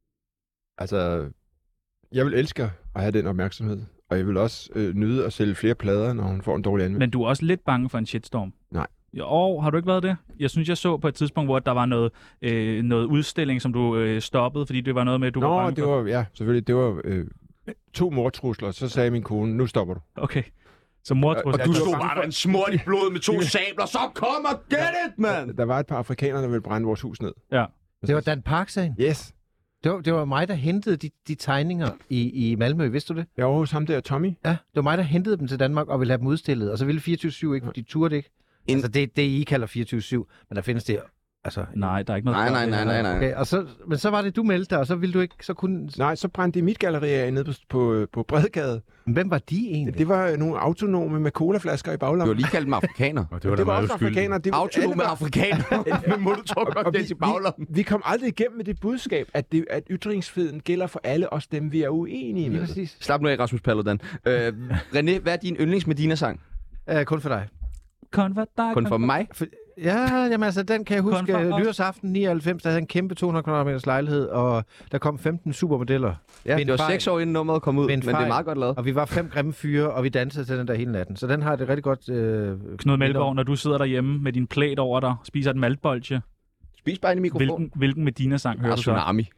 S2: Altså, jeg vil elske at have den opmærksomhed. Og jeg vil også nyde at sælge flere plader, når hun får en dårlig anmeldelse.
S1: Men du er også lidt bange for en shitstorm?
S2: Nej.
S1: Jo, har du ikke været det? Jeg synes, jeg så på et tidspunkt, hvor der var noget udstilling, som du stoppede, fordi det var noget med, at du var bange for...
S2: Ja, selvfølgelig. Det var 2 mordtrusler, så sagde min kone, nu stopper du.
S1: Okay. Så mordtrusler...
S3: Og du stod bare en smurt i blod med 2 sabler, så kom og get it, mand!
S2: Der var et par afrikanere, der ville brænde vores hus ned.
S1: Ja.
S4: Det var Dan Park-sagen?
S2: Yes.
S4: Det var mig, der hentede de tegninger i Malmø, vidste du det?
S2: Jeg var hos ham der, Tommy.
S4: Ja, det var mig, der hentede dem til Danmark og ville have dem udstillet, og så ville 24/7 ikke, fordi de turde ikke. Altså det I kalder 24/7, men der findes det... Altså,
S1: nej, der er ikke noget...
S3: Nej.
S4: Okay, og men så var det, du meldte dig, og så ville du ikke... Så kunne...
S2: Nej, så brændte de mit galleri af nede på Bredgade.
S4: Men hvem var de egentlig?
S2: Det var nogle autonome med colaflasker i baglampen.
S3: Du har lige kaldt dem afrikaner.
S6: Og
S2: det var også afrikanere.
S3: Autonome afrikanere med molotov-cocktails i baglampen.
S2: Vi kom aldrig igennem med det budskab, at ytringsfriheden gælder for alle os dem, vi er uenige med.
S4: Præcis.
S3: Slap nu af, Rasmus Paludan. René, hvad er din yndlings Medina-sang?
S4: Kun for dig.
S1: Kun for mig?
S4: Ja, jamen altså, den kan jeg huske. Nytårsaften 99, der havde en kæmpe 200 kvadratmeters lejlighed, og der kom 15 supermodeller.
S3: Ja, det var 6 år inden nummeret kom ud, men det er meget godt lavet.
S4: Og vi var 5 grimme fyre, og vi dansede til den der hele natten. Så den har det rigtig godt...
S1: Knud Melgaard, når du sidder derhjemme med din plæt over dig, spiser et maltbolche.
S3: Spis bare ind i mikrofonen.
S1: Hvilken Medina-sang hører du så?
S3: Tsunami.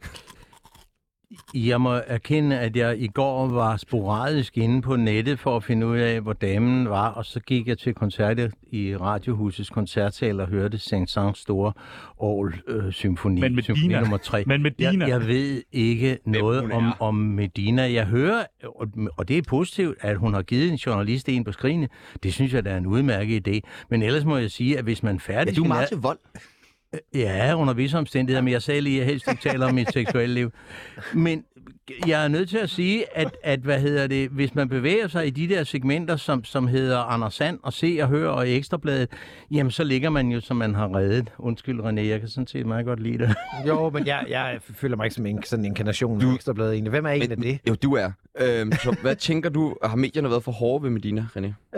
S6: Jeg må erkende, at jeg i går var sporadisk inde på nettet for at finde ud af, hvor damen var, og så gik jeg til koncertet i Radiohusets koncertsal og hørte Saint-Saëns store Aarhus-symfoni.
S1: Men Medina.
S6: Symfoni nummer 3.
S1: Men Medina.
S6: Jeg ved ikke noget om Medina. Jeg hører, og det er positivt, at hun har givet en journalist en på skrigene. Det synes jeg, der er en udmærket idé. Men ellers må jeg sige, at hvis man færdig...
S3: Ja, du er meget til vold.
S6: Ja, under visse omstændigheder, men jeg sagde lige, at jeg helst ikke taler om mit seksuelle liv. Men jeg er nødt til at sige, at hvis man bevæger sig i de der segmenter, som hedder Anders Sand og Se og Hør og Ekstrabladet, jamen så ligger man jo, som man har reddet. Undskyld, René, jeg kan sådan set meget godt lide det.
S4: Jo, men jeg føler mig ikke som sådan en inkarnation af Ekstrabladet egentlig. Hvem er egentlig det?
S3: Jo, du er. Så hvad tænker du, har medierne været for hårde ved Medina, René?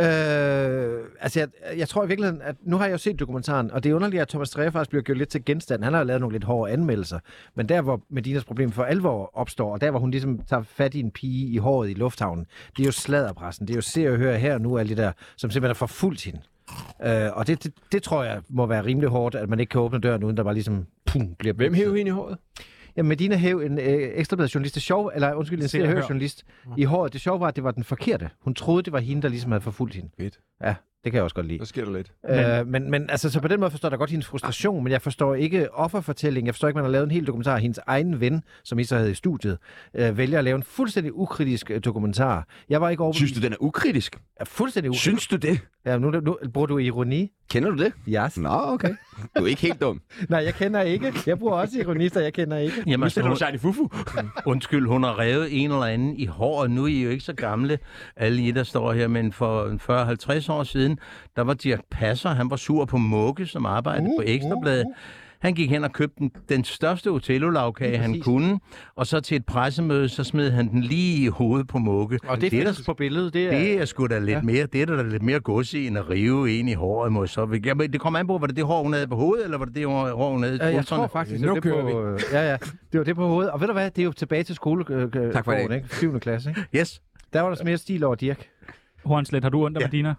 S4: Altså, jeg tror i virkeligheden, at nu har jeg jo set dokumentaren, og det er underligt, at Thomas Dreyer faktisk bliver gjort lidt til genstand. Han har jo lavet nogle lidt hårde anmeldelser, men der, hvor Medinas problem for alvor opstår, og der, hvor hun ligesom tager fat i en pige i håret i lufthavnen, det er jo sladderpressen. Det er jo Se og Hør her nu, alle de der, som simpelthen har forfulgt hende. Og det tror jeg må være rimelig hårdt, at man ikke kan åbne døren, uden der bare ligesom bliver...
S2: Hvem hæver hende i håret?
S4: Ja, Medina hæv en ekstrabladet-journalist, en Se og Hør-journalist i håret. Det sjove var, at det var den forkerte. Hun troede, det var hende, der ligesom havde forfulgt hende.
S2: Fedt.
S4: Ja, det kan jeg også godt lide.
S2: Så sker der lidt.
S4: Men altså, så på den måde forstår jeg godt hendes frustration, men jeg forstår ikke offerfortællingen. Jeg forstår ikke, man har lavet en hel dokumentar. Hendes egen ven, som I så havde i studiet, vælger at lave en fuldstændig ukritisk dokumentar. Jeg var ikke overbevist.
S3: Synes du, den er ukritisk?
S4: Ja, fuldstændig ukritisk.
S3: Synes du det?
S4: Ja, nu bruger du ironi.
S3: Kender du det?
S4: Yes.
S3: Nå, okay. Du er ikke helt dum.
S4: Nej, jeg kender ikke. Jeg bruger også ironister, jeg kender ikke.
S6: Jamen,
S3: nu stiller du sig i fufu.
S6: Undskyld, hun har revet en eller anden i håret. Nu er I jo ikke så gamle, alle I, der står her, men for 40-50 år siden, der var Dirch Passer, han var sur på Mugge, som arbejdede på Ekstrabladet. Han gik hen og købte den største Otello-lavkage, han kunne, og så til et pressemøde, så smed han den lige i hovedet på Mugge.
S4: Og det er der på billedet,
S6: det er sgu da lidt mere, det er der lidt mere gods i, end at rive en i håret. Må så. Jamen, det kommer an på, var det det hår, hun havde på hovedet, eller var det det hår, hun havde i
S4: jeg tror faktisk, det på... Ja, det var det på hovedet. Og ved du hvad, det er jo tilbage til skolegården,
S3: tak for det.
S4: Ikke? 7. klasse, ikke?
S6: Yes.
S4: Der var der så mere stil over Dirch.
S1: Hornslet, har du ondt af Medina?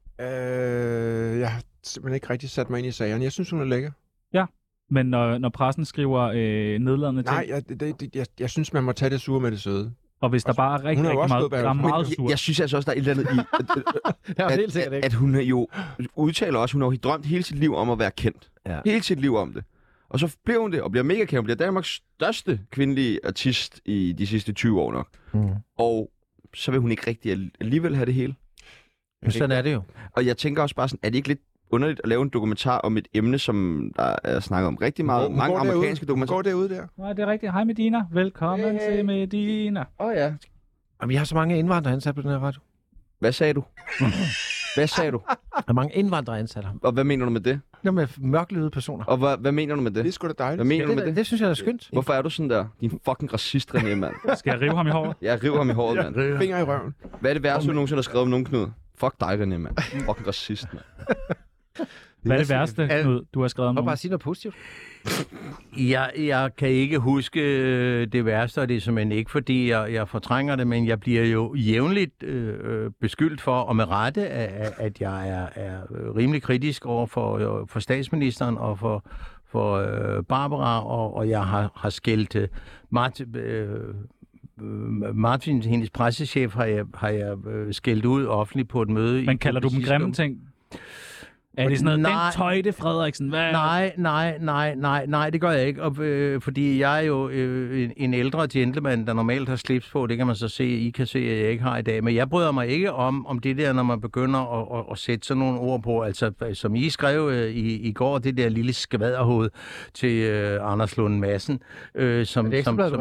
S2: Jeg har simpelthen ikke rigtig sat mig ind i sagerne. Jeg synes, hun er lækker.
S1: Ja, men når pressen skriver nedladende ting...
S2: Nej, jeg synes, man må tage det sure med det søde.
S1: Og hvis der bare er rigtig meget sur...
S3: Jeg synes altså også, der er et eller andet i, at hun jo udtaler også, hun har jo drømt hele sit liv om at være kendt. Ja. Hele sit liv om det. Og så bliver hun det, og bliver mega kendt. Hun bliver Danmarks største kvindelige artist i de sidste 20 år nok. Og så vil hun ikke rigtig alligevel have det hele.
S4: Men sådan er det jo.
S3: Og jeg tænker også bare sådan, er det ikke lidt underligt at lave en dokumentar om et emne, som der er snakket om rigtig meget. Mange amerikanske dokumentarer.
S2: Går derude der?
S1: Nej, det er rigtigt. Hej Medina. Velkommen til Medina.
S3: Ja.
S4: Jamen, jeg har så mange indvandrere ansat på den her radio.
S3: Hvad sagde du? Hvad sagde du?
S4: Der er mange indvandrere ansat her.
S3: Og hvad mener du med det?
S4: Nå, med mørklydede personer.
S3: Og hvad mener du med det?
S2: Det er sgu da dejligt.
S3: Hvad mener du med det?
S4: Det synes jeg er skønt.
S3: Hvorfor er du sådan der? Din fucking racist, René, mand.
S1: Skal jeg rive ham i håret?
S3: Jeg river ham i håret, mand.
S2: Finger i røven.
S3: Hvad er det værste, du nogensinde har skrevet om nogen, Knud? Fuck dig, René, mand. Fucking racist, mand.
S1: Hvad er det værste, Knud, du har skrevet om
S4: Og
S1: nogen?
S4: bare sige noget positivt.
S6: Jeg kan ikke huske det værste, og det er simpelthen ikke, fordi jeg fortrænger det, men jeg bliver jo jævnligt beskyldt for, og med rette, at jeg er rimelig kritisk over for statsministeren og for Barbara, og jeg har skældt Martin, hendes pressechef, har jeg skældt ud offentligt på et møde.
S1: Men kalder du dem grimme ting? Er det sådan noget, den tøjte Frederiksen? Hvad?
S6: Nej, det gør jeg ikke. Og, fordi jeg er jo en ældre gentleman, der normalt har slips på. Det kan man så se, I kan se, at jeg ikke har i dag. Men jeg bryder mig ikke om det der, når man begynder at sætte sådan nogle ord på. Altså, som I skrev i går, det der lille skvaderhoved til Anders Lund Madsen. Som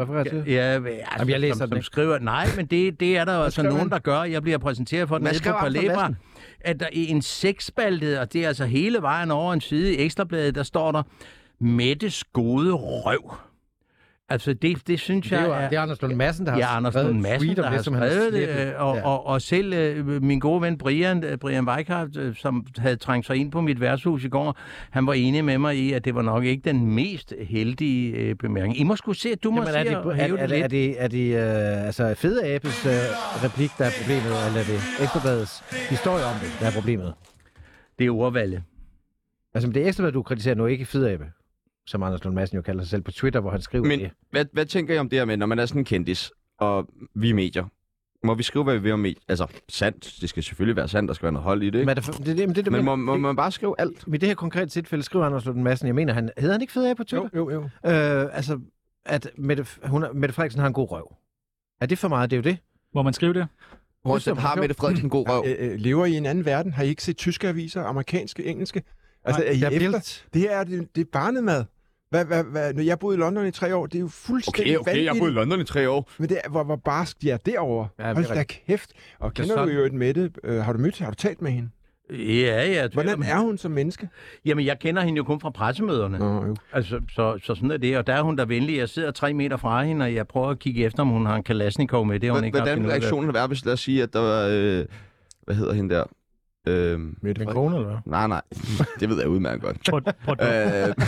S4: jeg læser
S6: som skriver, nej, men det er der altså nogen, der gør. Jeg bliver præsenteret for den nede på Palebra. At der er en seksspaltet, og det er altså hele vejen over en side i Ekstrabladet, der står der, Mettes gode røv. Altså, det synes jeg er...
S4: Det er Anders Lund Madsen, der har
S6: skrevet Anders Lund Madsen, der har skrevet det. Og selv min gode ven Brian Weikart, som havde trængt sig ind på mit værtshus i går, han var enig med mig i, at det var nok ikke den mest heldige bemærkning. I må sgu se, du må se at hæve det lidt.
S4: Er det altså Fede Abes replik, der er problemet, eller er det Ekstrabladets historie om det, der er problemet?
S6: Det er ordvalget.
S4: Altså, det er Ekstrabladet, du kritiserer nu, ikke Fede Abe, som Anders Lund Madsen jo kalder sig selv på Twitter, hvor han skriver det.
S3: Men hvad tænker I om det her med, når man er sådan en kendis, og vi er medier? Må vi skrive, hvad vi vil om medier? Altså, sandt. Det skal selvfølgelig være sandt, der skal være noget hold i det, ikke? Men må man bare skrive alt?
S4: Med det her konkrete tilfælde skriver Anders Lund Madsen, jeg mener, hedder han ikke Fede Abe på Twitter?
S2: Jo.
S4: Altså, at Mette Frederiksen har en god røv. Er det for meget? Det er jo det.
S1: Må man skrive det?
S3: Har Mette Frederiksen en god røv?
S2: Lever I en anden verden? Har I ikke set tyske aviser, amerikanske, engelske? Altså, det er barnemad. Når jeg boede i London i 3 år, det er jo fuldstændig vanvittigt.
S3: Okay, jeg boede i London i 3 år.
S2: Men det er, hvor barsk de er derovre.
S4: Ja,
S2: hold da kæft. Og kender du jo et Mette? Har du talt med hende?
S6: Ja.
S2: Hvordan er hun som menneske?
S6: Jamen, jeg kender hende jo kun fra pressemøderne.
S2: Jo.
S6: Altså, så sådan er det. Og der er hun da venlig. Jeg sidder 3 meter fra hende, og jeg prøver at kigge efter, om hun har en Kalashnikov med. Det har hun ikke haft endnu.
S3: Hvordan reaktionen har været, hvis lad os sige, at der var... hvad hedder hende der?
S4: Mette kone, eller hvad?
S3: Nej. Det ved jeg udmærket godt.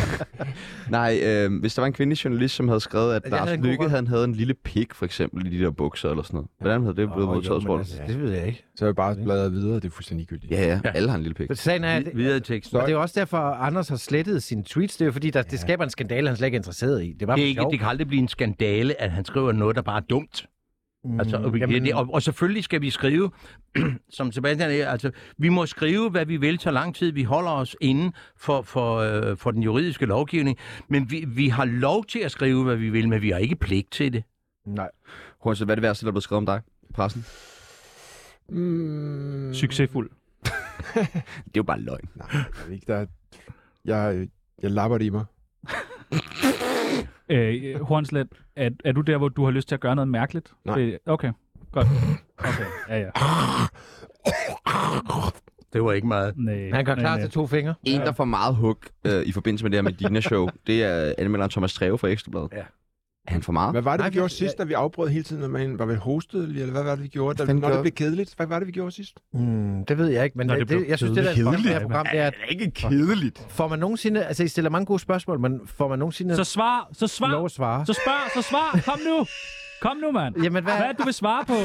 S3: Hvis der var en kvindelig journalist, som havde skrevet, at Lars Løkke havde en lille pik, for eksempel, i de der bukser eller sådan noget. Hvordan havde det blevet modtaget, tror du?
S4: Det ved jeg ikke.
S2: Så er jeg bare bladret videre, det er fuldstændig gyldigt.
S3: Ja. Alle har en lille pik.
S4: Sagen er,
S6: videre i teksten.
S4: Og det er også derfor, Anders har slettet sine tweets. Det er jo fordi, det skaber en skandale, han slet ikke er interesseret i.
S6: Det kan aldrig blive en skandale, at han skriver noget, der bare er dumt. Og selvfølgelig skal vi skrive, som Sebastian er, altså, vi må skrive, hvad vi vil, så lang tid vi holder os inden for den juridiske lovgivning. Men vi har lov til at skrive, hvad vi vil, men vi har ikke pligt til det.
S3: Nej. Horst, hvad er det værste, der er blevet skrevet om dig i pressen?
S1: Succesfuld.
S3: Det er jo bare løgn.
S2: Nej, jeg lapper det i mig.
S1: Hornslet, er du der, hvor du har lyst til at gøre noget mærkeligt?
S2: Nej.
S1: Okay, godt. Okay, ja.
S6: Det var ikke meget.
S1: Nej,
S4: han gør klar til 2 fingre.
S3: En, der får meget hug i forbindelse med det her Medina-show, det er anmelderen Thomas Treve fra Ekstrabladet. Ja. Er han for meget?
S2: Hvad var det, vi gjorde sidst, da vi afbrød hele tiden, når man var vel hostet, eller hvad var det, vi gjorde? Når det blev kedeligt, hvad var det, vi gjorde sidst?
S4: Det ved jeg ikke, men jeg synes, det der program, det er
S3: ikke kedeligt.
S4: Får man nogensinde, altså I stiller mange gode spørgsmål, men får man nogensinde...
S1: Så svar!
S4: Lov at svare.
S1: Så svar! Kom nu, mand!
S4: Jamen, hvad er
S1: det, du vil svare på?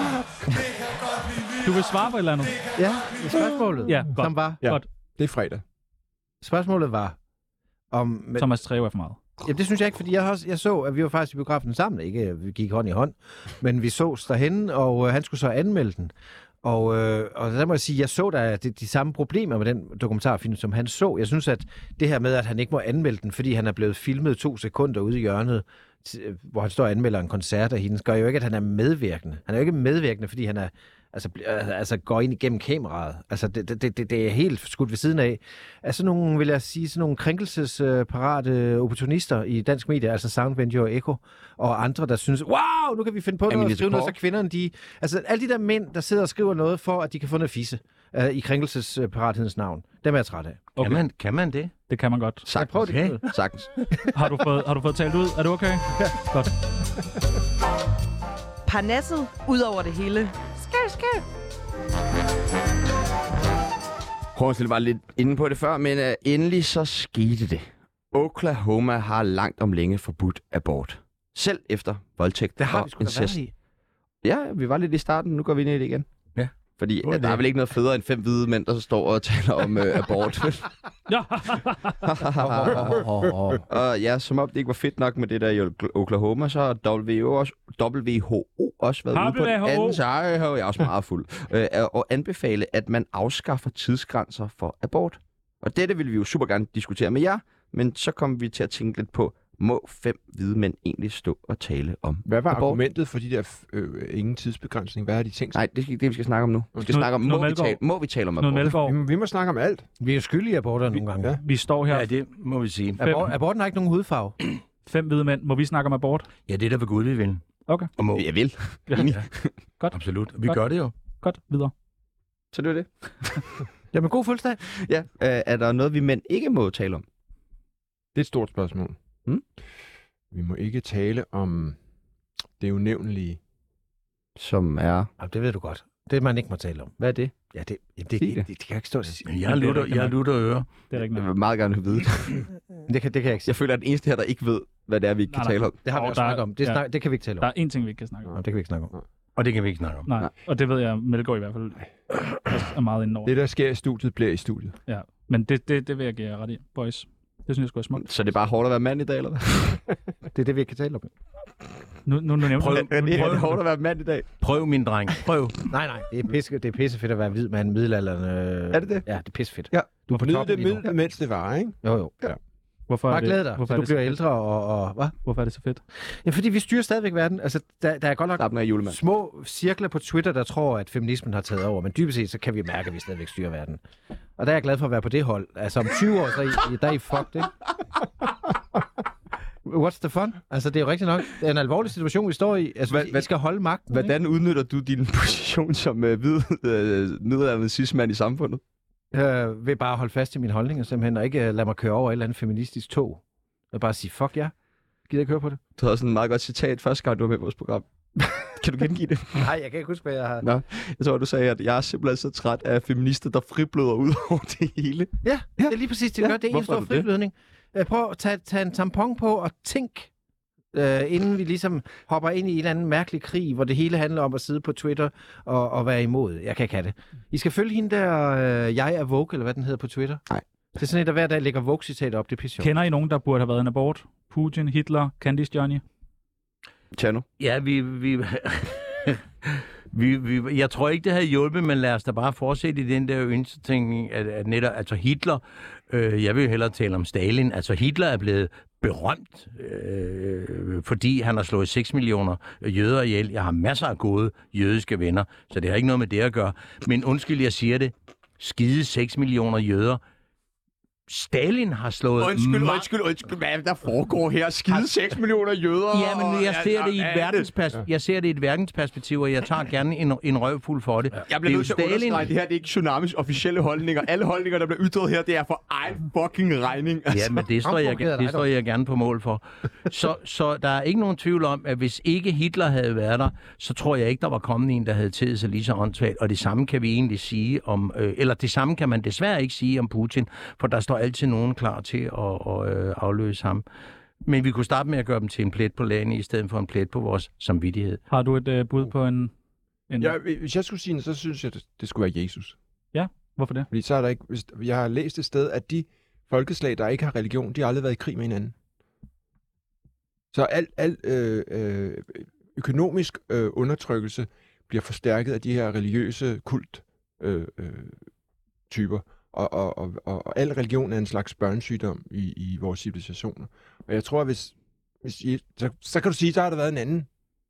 S1: Du vil svare på et eller andet?
S4: Ja, spørgsmålet.
S1: Ja, godt.
S4: Som var...
S2: Ja,
S1: godt.
S2: det er fredag.
S4: Spørgsmålet var om...
S1: Thomas Treve er for meget.
S4: Jamen, det synes jeg ikke, fordi jeg så, at vi var faktisk i biografen sammen. Ikke, vi gik hånd i hånd, men vi sås derhenne, og han skulle så anmelde den. Og der må jeg sige, jeg så der de samme problemer med den dokumentarfilm, som han så. Jeg synes, at det her med, at han ikke må anmelde den, fordi han er blevet filmet 2 sekunder ude i hjørnet, hvor han står og anmelder en koncert af hende, gør jo ikke, at han er medvirkende. Han er jo ikke medvirkende, fordi han er altså går ind igennem kameraet. Altså, det er helt skudt ved siden af. Altså, nogle, vil jeg sige, sådan nogle krænkelsesparate opportunister i dansk medie, altså Soundvenue og Echo, og andre, der synes, wow, nu kan vi finde på noget og skrive noget, så kvinderne, altså, alle de der mænd, der sidder og skriver noget for, at de kan få noget fisse i krænkelsesparathedens navn, dem er jeg træt af.
S1: Okay.
S6: Kan man det?
S1: Det kan man godt.
S3: Sagtens.
S4: Prøv det.
S3: Okay. Sagtens.
S1: Har du fået talt ud? Er du okay? Ja. Godt.
S5: Parnasset ud over det hele. Skæv.
S3: Hornslet var lidt inde på det før, men endelig så skete det. Oklahoma har langt om længe forbudt abort. Selv efter voldtægt
S4: Det har
S3: og
S4: vi sgu da været
S3: incest.
S4: i.
S3: Ja, vi var lidt i starten, nu går vi ind i det igen.
S6: Ja.
S3: Fordi der er vel ikke noget federe end 5 hvide mænd, der så står og taler om abort.
S1: Ja.
S3: Og ja, som om det ikke var fedt nok med det der i Oklahoma, så har WHO også været ude på den anden side. Jeg er også meget fuld. Og anbefale, at man afskaffer tidsgrænser for abort. Og dette vil vi jo super gerne diskutere med jer, men så kommer vi til at tænke lidt på, må 5 hvide mænd egentlig stå og tale om
S2: Hvad var
S3: abort?
S2: argumentet for de der ingen tidsbegrænsning? Hvad har de tænkt sig?
S3: Nej, det er ikke det, vi skal snakke om nu. Vi skal snakke om, må vi tale om abort?
S2: Vi må snakke om alt.
S4: Vi er jo skyldige i aborter nogle gange.
S2: Ja.
S1: Vi står her.
S6: Ja, det må vi sige.
S4: Aborten har ikke nogen hudfarve.
S1: 5 hvide mænd. Må vi snakke om abort?
S6: Ja, det er der ved Gud, vi vil.
S1: Okay.
S6: Og må.
S3: Jeg vil.
S1: Ja. Godt.
S6: Absolut. Vi
S1: Godt.
S6: gør det jo.
S1: Godt. Videre.
S3: Så det er det.
S4: Jamen, god fødselsdag.
S3: Ja, er der noget, vi mænd ikke må tale om?
S2: Det er et stort spørgsmål. Vi må ikke tale om det unævnlige.
S3: Som er...
S4: Jamen, det ved du godt. Det man ikke må tale om.
S3: Hvad er det?
S4: Ja, det kan jeg ikke stå til at sige.
S6: Jeg lutter ører.
S1: Det er ikke
S3: Jeg
S1: noget.
S3: vil meget gerne vide det.
S4: Det kan jeg ikke sige.
S3: Jeg føler, at den eneste her, der ikke ved, hvad det er, vi ikke kan tale om.
S4: Det har vi
S1: Og
S4: også snakket om. Det kan vi ikke tale
S1: Der
S4: om.
S1: er én ting, vi ikke kan snakke om.
S4: Det kan vi ikke snakke om.
S6: Og det kan vi ikke snakke om.
S1: Nej. Og det ved jeg, Melgaard i hvert fald også er meget inde over.
S2: Det, der sker i studiet, bliver i studiet.
S1: Ja. Men det vil jeg give jer ret i, boys. Det synes jeg sgu er smukt.
S3: Så det er bare hårdt at være mand i dag, eller hvad?
S4: Det er det, vi ikke kan tale om.
S1: Nu nævnte
S6: Prøv.
S3: Er det hårdt at være mand i dag?
S6: Prøv, min dreng. Prøv.
S4: Nej. Det er pissefedt at være hvid mand, middelalderen.
S3: Er det det?
S4: Ja, det er pissefedt.
S3: Ja.
S4: Du er på toppen lige nu.
S2: Mens det var, ikke?
S4: Jo.
S1: Hvorfor
S4: Bare glæd dig,
S1: hvorfor
S4: så
S1: er
S4: du
S1: det så
S4: bliver
S1: fedt?
S4: ældre og hvad?
S1: Hvorfor er det så fedt?
S4: Ja, fordi vi styrer stadigvæk verden. Altså, der er godt nok
S3: Slap af, julemand.
S4: små cirkler på Twitter, der tror, at feminismen har taget over. Men dybest set, så kan vi mærke, at vi stadigvæk styrer verden. Og der er jeg glad for at være på det hold. Altså, om 20 år, der er I fucked, ikke? What's the fun? Altså, det er jo rigtigt nok. Det er en alvorlig situation, vi står i. Altså, vi skal holde magten,
S3: Hvordan udnytter du din position som hvid middelalderende cis-mand i samfundet?
S4: Ved bare at holde fast i mine holdninger, simpelthen, og ikke lade mig køre over et eller andet feministisk tog. Og bare sige, fuck ja. Gider ikke høre på det?
S3: Du havde sådan et meget godt citat første gang, du var med i vores program. Kan du gengive det?
S4: Nej, jeg kan ikke huske, hvad jeg har...
S3: Nå, jeg tror, du sagde, at jeg er simpelthen så træt af feminister, der fribløder ud over det hele.
S4: Ja, det er lige præcis, det gør. Det er en
S3: hvorfor er
S4: stor
S3: du det?
S4: friblødning. Prøv at tage en tampon på og tænk, inden vi ligesom hopper ind i en eller anden mærkelig krig, hvor det hele handler om at sidde på Twitter og være imod. Jeg kan ikke have det. I skal følge hende der, jeg er Vogue, eller hvad den hedder på Twitter.
S3: Nej.
S4: Det er sådan et, der hver dag lægger Vogue-citater op. Det er pisse sjovt.
S1: Kender I nogen, der burde have været en abort? Putin, Hitler, Candice Johnny?
S3: Tjerno?
S6: Ja, jeg tror ikke, det havde hjulpet, men lad os da bare fortsætte i den der ønsketænkning, at netop, altså Hitler, jeg vil jo hellere tale om Stalin, altså Hitler er blevet berømt, fordi han har slået 6 millioner jøder ihjel. Jeg har masser af gode jødiske venner, så det har ikke noget med det at gøre. Men undskyld, jeg siger det, skide 6 millioner jøder. Stalin har slået...
S3: Undskyld. Hvad er det, der foregår her? Skide 6 millioner jøder.
S6: Ja, men jeg ser det i et verdensperspektiv, og jeg tager gerne en røvfuld for det.
S3: Jeg bliver nødt til at understrege, det her det er ikke Tsunamis officielle holdninger. Alle holdninger, der bliver ytret her, det er for egen fucking regning. Altså.
S6: Ja, men det står jeg gerne på mål for. Så der er ikke nogen tvivl om, at hvis ikke Hitler havde været der, så tror jeg ikke, der var kommet en, der havde taget sig lige så åndssvagt. Og det samme kan vi egentlig sige om... eller det samme kan man desværre ikke sige om Putin, for der står altid nogen klar til at afløse ham. Men vi kunne starte med at gøre dem til en plet på lagene, i stedet for en plet på vores samvittighed.
S1: Har du et bud på en...
S2: Ja, hvis jeg skulle sige det, så synes jeg, det skulle være Jesus.
S1: Ja, hvorfor det?
S2: Fordi så er der ikke... Jeg har læst et sted, at de folkeslag, der ikke har religion, de har aldrig været i krig med hinanden. Så al økonomisk undertrykkelse bliver forstærket af de her religiøse kult-typer. Og al religion er en slags børnesygdom i vores civilisationer. Og jeg tror, at hvis så kan du sige, at der har der været en anden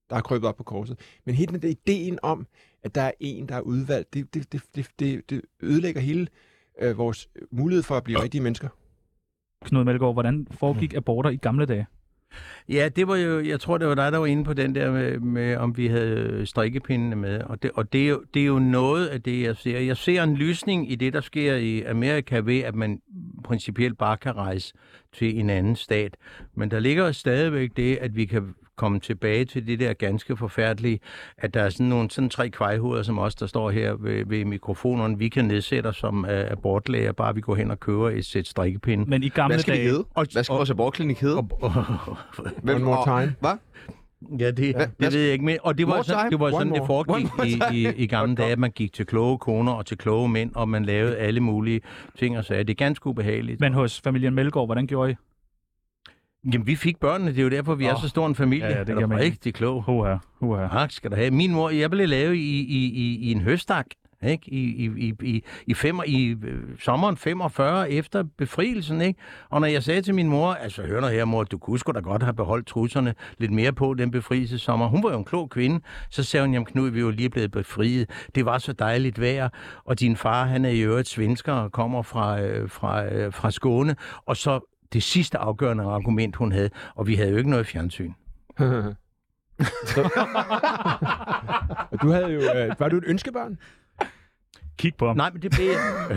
S2: der er krøbet op på korset. Men hele den der ideen om, at der er en, der er udvalgt, det ødelægger hele vores mulighed for at blive rigtige mennesker.
S1: Knud Melgaard, hvordan foregik aborter i gamle dage?
S6: Ja, det var jo, jeg tror, det var dig, der var inde på den der med om vi havde strikkepindene med. Og det er jo noget af det, jeg ser. Jeg ser en lysning i det, der sker i Amerika ved, at man principielt bare kan rejse til en anden stat. Men der ligger stadigvæk det, at vi kan komme tilbage til det der ganske forfærdelige, at der er sådan 3 kvejhoveder som os, der står her ved mikrofonerne. Vi kan nedsætte os som abortlæger, bare vi går hen og køber et sæt strikkepinde.
S1: Men i gamle
S3: Hvad skal
S1: dage...
S3: det hedde? Hvad skal vores abortklinik hedde?
S2: One more time.
S3: Hvad?
S6: Ja, det ved jeg ikke mere. Og det var sådan, det foregik i gamle dage, at man gik til kloge koner og til kloge mænd, og man lavede alle mulige ting og sager. Det er ganske ubehageligt.
S1: Men hos familien Melgaard, hvordan gjorde I?
S6: Jamen, vi fik børnene. Det er jo derfor, vi er så stor en familie.
S1: Ja, det
S6: er
S1: giver mening.
S6: rigtig klog.
S1: Huha.
S6: Tak skal du have. Min mor, jeg blev lavet i en høstak. Ikke? I sommeren 45 efter befrielsen, ikke? Og når jeg sagde til min mor, altså hør nu her mor, du kunne sgu da godt have beholdt trusserne lidt mere på den befrielsessommer. Hun var jo en klog kvinde. Så sagde hun, jamen Knud, vi er jo lige blevet befriet. Det var så dejligt vejr. Og din far, han er i øvrigt svensker og kommer fra Skåne. Og så det sidste afgørende argument, hun havde, og vi havde jo ikke noget fjernsyn.
S2: Og du havde jo... var du et ønskebarn?
S1: Kig på ham.
S6: Nej, men det blev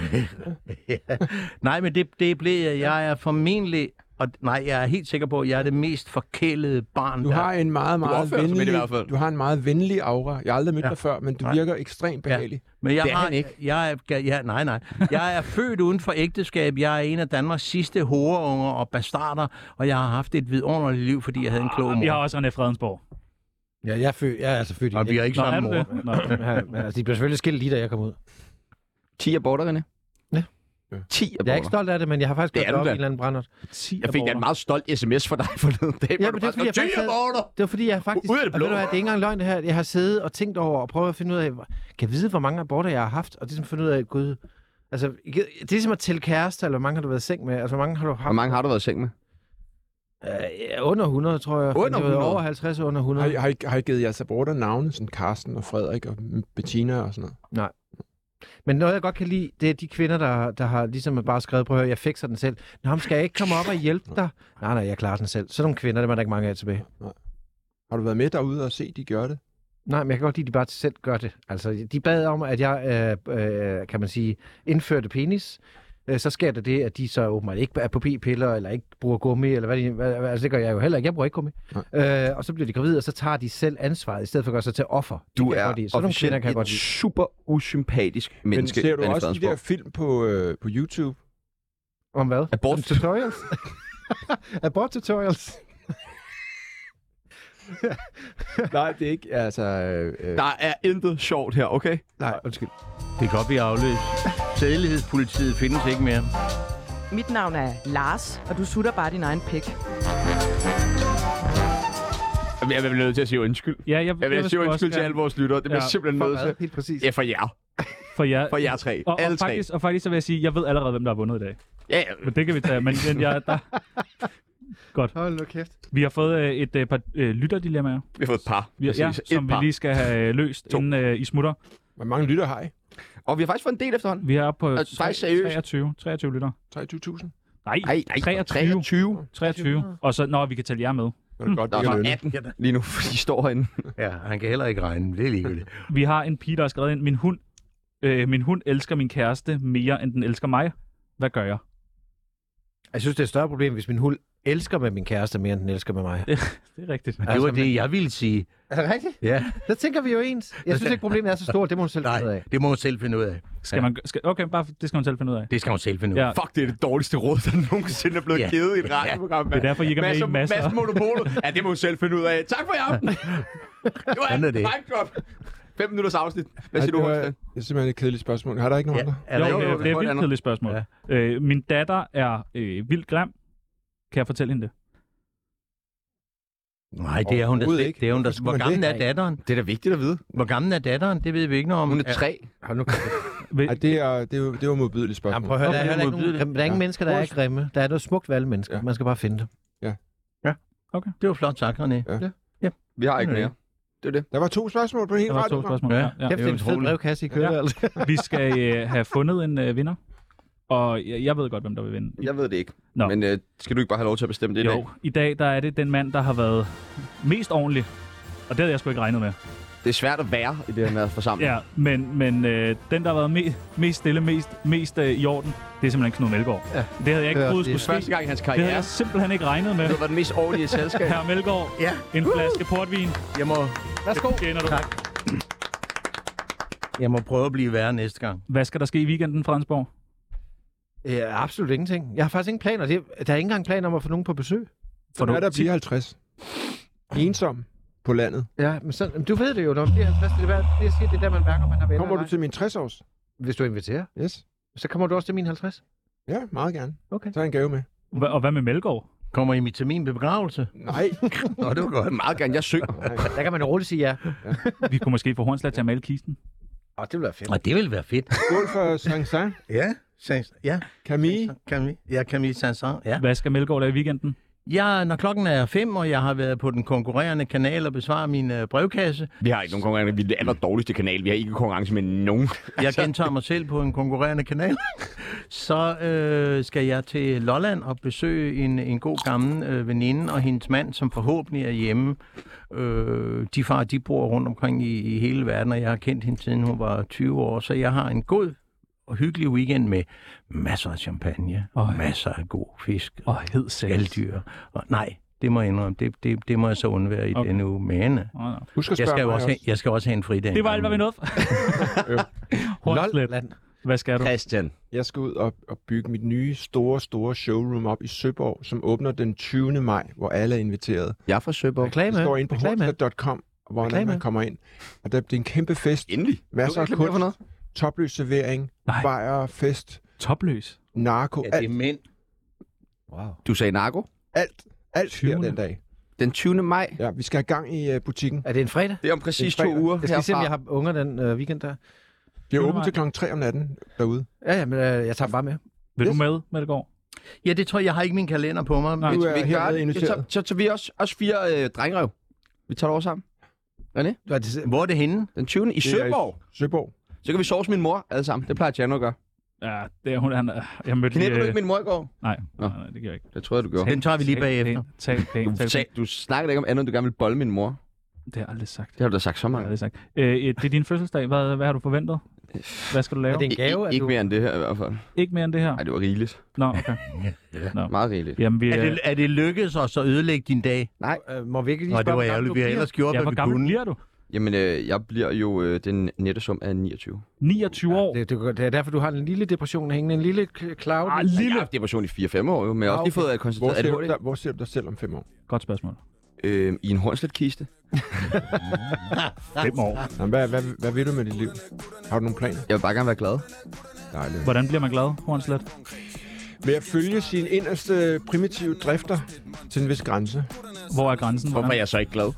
S6: det blev jeg. Jeg er formentlig... Og nej, jeg er helt sikker på, at jeg er det mest forkælede barn.
S2: Du har en meget venlig...
S3: i hvert fald.
S2: Du har en meget venlig aura. Jeg har aldrig mødt dig før, men du virker ekstremt behagelig.
S6: Men jeg
S3: Det er
S6: har
S3: han ikke.
S6: Nej. Jeg er født uden for ægteskab. Jeg er en af Danmarks sidste horeunger og bastarder, og jeg har haft et vidunderligt liv, fordi jeg havde en klog mor.
S1: Vi har også René Fredensborg.
S4: Ja, jeg er altså født i...
S6: Og vi har ikke
S1: Nå,
S6: samme
S1: er
S6: mor.
S1: du det? Nå.
S4: Ja, men altså, de blev selvfølgelig skilt lige, da jeg kom ud.
S3: 10 aborter, René?
S4: Ja.
S3: 10 aborter.
S4: Jeg er ikke stolt af det, men jeg har faktisk
S3: Det er
S4: gjort
S3: du
S4: op i
S3: da.
S4: en eller anden brændert.
S3: Jeg fik da en meget stolt sms fra dig forleden dag.
S4: Ja, men det er fordi, jeg faktisk det var fordi, jeg faktisk...
S3: Ud af det blå.
S4: Og ved du hvad, det er ikke engang løgn det her. Jeg har siddet og tænkt over og prøvet at finde ud af, kan jeg vide, hvor mange aborter jeg har haft? Og det er sådan finde ud af, gud... Altså, det er ligesom at tælle kærester, eller hvor mange har du været i seng med? Altså, hvor mange har du haft?
S3: Hvor mange har du været i seng med?
S4: Under 100, tror jeg.
S3: Under 100?
S4: Over 50 og under 100.
S2: Har I givet jeres aborter navne? Sådan Carsten og Frederik og Bettina og sådan noget?
S4: Nej. Men noget, jeg godt kan lide, det er de kvinder, der har ligesom bare skrevet, prøv at høre, jeg fikser den selv. Nå, skal jeg ikke komme op og hjælpe dig? Nej, jeg klarer den selv. Sådan nogle kvinder, dem er der ikke mange af tilbage.
S2: Har du været med derude og se, de gør det?
S4: Nej, men jeg kan godt lide, at de bare selv gør det. Altså, de bad om, at jeg, kan man sige, indførte penis. Så sker der det, at de så åbenbart ikke er på p-piller, eller ikke bruger gummi, eller altså det gør jeg jo heller ikke. Jeg bruger ikke gummi. Og så bliver de gravide, og så tager de selv ansvaret, i stedet for at gøre sig til offer.
S3: Du er officielt
S4: et
S3: super usympatisk menneske.
S2: Men ser du også de der film på YouTube?
S4: Om hvad?
S3: Abort
S4: tutorials? Abort tutorials?
S2: Nej, det er ikke, altså...
S3: Der er intet sjovt her, okay?
S2: Nej, undskyld.
S6: Det kan godt blive afløst. Sædelighedspolitiet findes ikke mere.
S5: Mit navn er Lars, og du sutter bare din egen pik.
S3: Jeg vil nødt til at sige undskyld.
S1: Ja, jeg
S3: vil sige undskyld til alle vores lyttere. Det bliver simpelthen nødt til.
S4: Helt præcis.
S3: Ja, for jer.
S1: For jer.
S3: For jer tre.
S1: Og
S3: Alle tre.
S1: faktisk så vil jeg sige, jeg ved allerede, hvem der har vundet i dag.
S3: Ja,
S1: Men det kan vi tage. Men der... Godt.
S4: Hold nu kæft.
S1: Vi har fået et par lytterdilemmaer,
S3: vi har fået et par.
S1: som vi lige skal have løst, inden I smutter.
S2: Hvor mange lytter har I?
S3: Og vi har faktisk fået en del efterhånden.
S1: Vi er oppe på
S3: faktisk seriøst.
S1: 23 lytter.
S2: 23.000?
S1: Nej, 23. Og så, vi kan tælle jer med.
S2: Det er godt,
S3: Der
S2: det er
S3: er
S2: lønnet.
S3: 18 lige nu, fordi de står herinde.
S6: Ja, han kan heller ikke regne. Det er ligegyldigt.
S1: Vi har en pige, der har skrevet ind, min hund elsker min kæreste mere, end den elsker mig. Hvad gør jeg?
S4: Jeg synes, det er et større problem, hvis min hund elsker med min kæreste mere, end den elsker med mig.
S1: Det er rigtigt.
S6: Men det var det, jeg ville sige.
S4: Er det rigtigt?
S6: Ja.
S4: Så tænker vi jo ens. Jeg synes ikke, problemet er så stort. Det må hun selv finde ud af.
S6: Nej, det må hun selv finde ud af.
S1: Okay, bare det skal hun selv finde ud af.
S6: Det skal hun selv finde ud af.
S1: Ja.
S3: Fuck, det er det dårligste råd, der nogensinde er blevet givet i et radioprogram.
S1: Det er derfor, I ikke er med i masser.
S3: Mads Monopolet. Ja, det må hun selv finde ud af. Tak for i aften. Det var
S6: Sådan er det.
S3: Mic drop. 5 minutters afsnit. Hvad siger du,
S2: det
S3: Holstein?
S2: er simpelthen et kedeligt spørgsmål. Har der ikke nogen andre?
S1: Jo, det er et vildt
S3: andet.
S1: kedeligt spørgsmål. Ja. Min datter er vildt grim. Kan jeg fortælle hende det?
S6: Nej, det er hun da
S2: Overhovedet
S6: slet
S2: ikke.
S6: ikke. Det er hun da.
S2: Hvorfor skulle
S6: Hvor
S2: man
S6: gammel
S2: det?
S6: er datteren?
S3: Det er da vigtigt at vide.
S6: Hvor gammel er datteren? Det ved vi ikke noget om.
S3: Hun er 3.
S4: Hold nu.
S2: Ej, det var modbydeligt spørgsmål.
S4: Jamen, prøv at høre, der er heller ikke nogen,
S6: modbydeligt.
S4: der er ingen mennesker, der er grimme. Der er noget smukt ved alle mennesker.
S2: Ja.
S4: Man skal bare finde det.
S6: Okay, det var flot sagt, René.
S3: Vi har ikke mere. Det er det.
S2: Der var 2 spørgsmål på en hel
S1: Der var 2
S2: radio.
S1: spørgsmål. Ja.
S4: Kæft, det er en fed brevkasse, I kører, altså.
S1: Vi skal have fundet en vinder. Og jeg ved godt, hvem der vil vinde.
S3: Jeg ved det ikke.
S1: Nå.
S3: Men skal du ikke bare have lov til at bestemme det i dag?
S1: Jo, i dag der er det den mand, der har været mest ordentlig. Og det havde jeg sgu ikke regnet med.
S3: Det er svært at være i det her forsamling.
S1: Ja, men den, der har været mest stille, mest i orden, det er simpelthen Knud Melgaard.
S4: Ja.
S1: Det havde jeg ikke troet skulle ske.
S3: Første gang i hans
S1: Det havde
S3: karriere.
S1: jeg simpelthen ikke regnet med.
S3: Det var den mest ordentlige selskab.
S1: Herre Melgaard,
S6: Ja.
S1: en flaske portvin.
S4: Værsgo.
S1: Det tjener du.
S4: Tak.
S6: Jeg må prøve at blive værre næste gang.
S1: Hvad skal der ske i weekenden, Fredensborg?
S4: Ja, absolut ingenting. Jeg har faktisk ingen planer. Der er ikke engang planer om at få nogen på besøg.
S2: For nu er der bliver 50. Ensom på landet.
S4: Ja, men så, du ved det jo, når man bliver 50, det er der, man mærker, man har venner.
S2: Kommer du til min 60-års?
S4: Hvis du inviterer,
S2: Yes.
S4: så kommer du også til min 50.
S2: Ja, meget gerne.
S4: Okay.
S2: Så er en gave med.
S1: Og hvad med Melgaard?
S6: Kommer I til min begravelse?
S2: Nej.
S6: Nå, det var godt.
S3: Meget gerne. Jeg synger.
S4: Der kan man jo roligt sige ja.
S1: Vi kunne måske få Hornslet til at male kisten.
S4: Det vil være fedt.
S6: Og det ville være fedt.
S2: Skål for Sansan.
S6: Ja.
S2: Camille.
S6: Camille Sanson, ja.
S1: Hvad skal Melgaard lave i weekenden?
S6: Ja, når klokken er 5, og jeg har været på den konkurrerende kanal og besvaret min brevkasse.
S3: Vi har ikke nogen konkurrence. Vi er den allerdårligste kanal. Vi har ikke konkurrence med nogen.
S6: Jeg gentager mig selv på en konkurrerende kanal. Så skal jeg til Lolland og besøge en god gammel veninde og hendes mand, som forhåbentlig er hjemme. De bor rundt omkring i hele verden, og jeg har kendt hende siden hun var 20 år. Så jeg har en god og hyggelig weekend med masser af champagne, masser af god fisk,
S1: Hed sex.
S6: skalddyr. Og nej, det må jeg indrømme. Det må jeg så undvære i denne uge. Men
S2: Husk at
S6: jeg
S2: spørge
S6: skal,
S2: mig
S6: også jeg skal også have en fridag.
S1: Det var alt, hvad vi nåede. Hornslet.
S4: Lolland.
S1: Hvad skal du?
S3: Christian.
S2: Jeg skal ud og bygge mit nye store showroom op i Søborg, som åbner den 20. maj, hvor alle er inviteret.
S3: Jeg er fra Søborg.
S4: Reklame.
S2: Det står ind på
S4: Reklame.
S2: hornslet.com, hvor man kommer ind. Og det er en kæmpe fest.
S3: Endelig.
S2: Masser af
S3: Du kan ikke lide
S2: kunst, topløs servering,
S1: Nej.
S2: bajer, fest,
S1: Topløs.
S2: narko,
S6: Ja, det er
S2: alt.
S6: mænd.
S4: Wow.
S3: Du sagde narko.
S2: Alt sker
S1: 20.
S2: den dag.
S3: Den 20. maj.
S2: Ja, vi skal have gang i butikken.
S4: Er det en fredag?
S3: Det er om præcis
S2: Det er
S3: 2
S2: fredag.
S3: uger
S4: Jeg skal lige se, om
S3: herfra.
S4: jeg har unger den weekend der.
S2: Det er åbent til klokken 3 om natten derude.
S4: Ja, men jeg tager bare med.
S1: Vil du
S2: Yes.
S1: med, Melgaard?
S6: Ja, det tror jeg. Jeg har ikke min kalender på mig.
S1: Nej.
S2: Du er
S3: Vi gør
S2: hermed
S3: det.
S2: inviteret.
S3: Så tager vi også 4 drengerev. Vi tager det over sammen. René?
S6: Hvor er det henne?
S3: Den 20. i Søborg.
S2: Søborg.
S3: Så kan vi sove min mor alle sammen. Det plejer Tjerno at gøre.
S1: Ja, det er hun. Jeg mødte
S3: Knæpper du ikke min mor i går?
S1: Nej,
S3: Nå.
S1: nej, det gør jeg ikke.
S3: Det tror jeg, du gjorde.
S6: Den tager vi lige bagefter.
S1: Tal pænt.
S3: Du snakkede ikke om andet, end du gerne ville bolle min mor.
S1: Det har jeg aldrig sagt.
S3: Det har du da sagt så
S1: Det har
S3: meget.
S1: jeg aldrig sagt. Det er din fødselsdag. Hvad har du forventet? Hvad skal du lave?
S4: Er det en gave, at
S3: Ikke
S4: du...
S3: mere end det her i hvert fald.
S1: Ikke mere end det her?
S3: Nej, det var rigeligt.
S1: Nå, okay.
S3: Meget rigeligt.
S1: Jamen, vi
S6: Er det lykkedes os at ødelægge din dag?
S3: Nej.
S4: Må vi ikke lige
S6: Nå,
S4: spørge,
S6: det var
S4: hvor gammel
S6: ærgerligt.
S4: du
S6: Vi har
S4: bliver?
S6: ellers gjort,
S1: Ja,
S6: hvad
S1: hvor
S6: vi
S1: gammel
S6: kunne.
S1: bliver du?
S3: Jamen, jeg bliver jo den nette sum af 29.
S1: 29 år.
S4: Det er derfor, du har en lille depression hængende. En lille cloud.
S1: Ah,
S3: Jeg
S1: lille.
S3: har haft depression i 4-5 år, jo, men jeg har også lige fået konstateret ADHD.
S2: Hvor ser du dig selv om 5 år?
S1: Godt spørgsmål.
S3: I en Hornslet-kiste.
S1: 5 år.
S2: Jamen, hvad vil du med dit liv? Har du nogle planer?
S3: Jeg vil bare gerne være glad.
S2: Dejligt.
S1: Hvordan bliver man glad, Hornslet?
S2: Ved at følge sine inderste primitive drifter til en vis grænse.
S1: Hvor er grænsen?
S3: Hvorfor er jeg så ikke glad?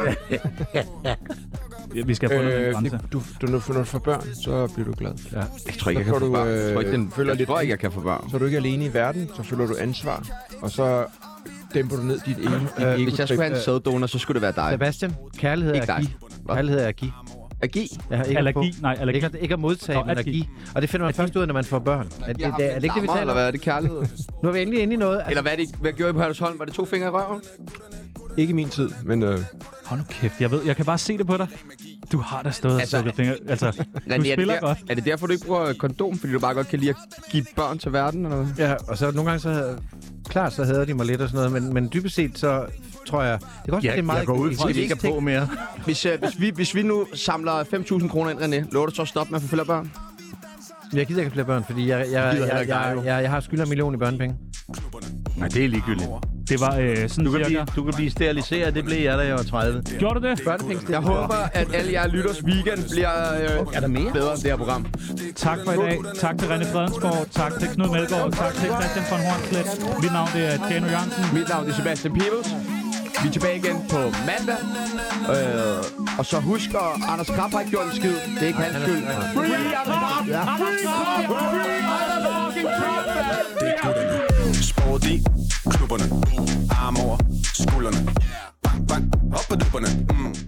S1: Vi skal have fundet en grænse.
S2: Når du får børn, så bliver du glad.
S1: Ja.
S3: Jeg tror ikke, jeg
S2: Så
S3: kan
S2: får
S3: få
S2: du,
S3: børn. Jeg tror ikke,
S2: føler lidt-
S3: jeg kan få børn.
S2: Så er du ikke alene i verden, så føler du ansvar. Og så dæmper du ned dit ego.
S3: Hvis jeg skulle have en sæddonor, så skulle det være dig.
S4: Sebastian, kærlighed er
S3: Ikke
S4: at
S3: dig.
S4: give. Kærlighed er at give.
S3: At give?
S4: Ja, ikke
S1: Allergi?
S4: At få.
S1: Nej, allergi.
S4: Ikke at modtage,
S1: Nå,
S4: men at give. Og det finder man først ud af, når man får børn. Er det ikke det, vi taler
S3: Eller
S4: om?
S3: hvad er det, kærlighed?
S4: Nu er vi endelig inde i noget.
S3: Eller hvad er det, hvad gjorde I på Herlufsholm? Var det 2 fingre i røven?
S2: Ikke i min tid, men
S1: Hold nu kæft, jeg kan bare se det på dig. Du har da stået og sukket fingre. Altså, du spiller godt.
S3: Er det derfor, du ikke bruger kondom? Fordi du bare godt kan lide at give børn til verden? Eller hvad?
S4: Ja, og så nogle gange så... Klart, så hader de mig lidt og sådan noget, men dybest set så tror jeg... Det kan også være, det er meget
S6: Jeg går ud fra, at det ikke er på mere.
S3: Hvis vi nu samler 5.000 kroner ind, René, lover du så at stoppe med at få flere børn?
S4: Jeg gider ikke flere børn, fordi jeg har skylder 1 million i børnepenge.
S6: Nej, det er ligegyldigt.
S1: Det var sådan cirka.
S6: Du kan blive steriliseret, det blev jeg, da jeg var 30.
S1: Gjorde du det?
S3: Jeg håber, at alle jer lytters weekend bliver bedre end det her program.
S1: Tak for i dag. Tak til René Fredensborg. Tak til Knud Melgaard. Tak til Christian von Hornslet. Mit navn det er Tjano Jørgensen.
S3: Mit navn er Sebastian Peebles. Vi er tilbage igen på mandag. Og så husk, at Anders Krab har ikke gjort en skid. Det er ikke hans skyld.
S7: Sport i klubberne. Arm over skuldrene. Bang, bang, op på dupperne.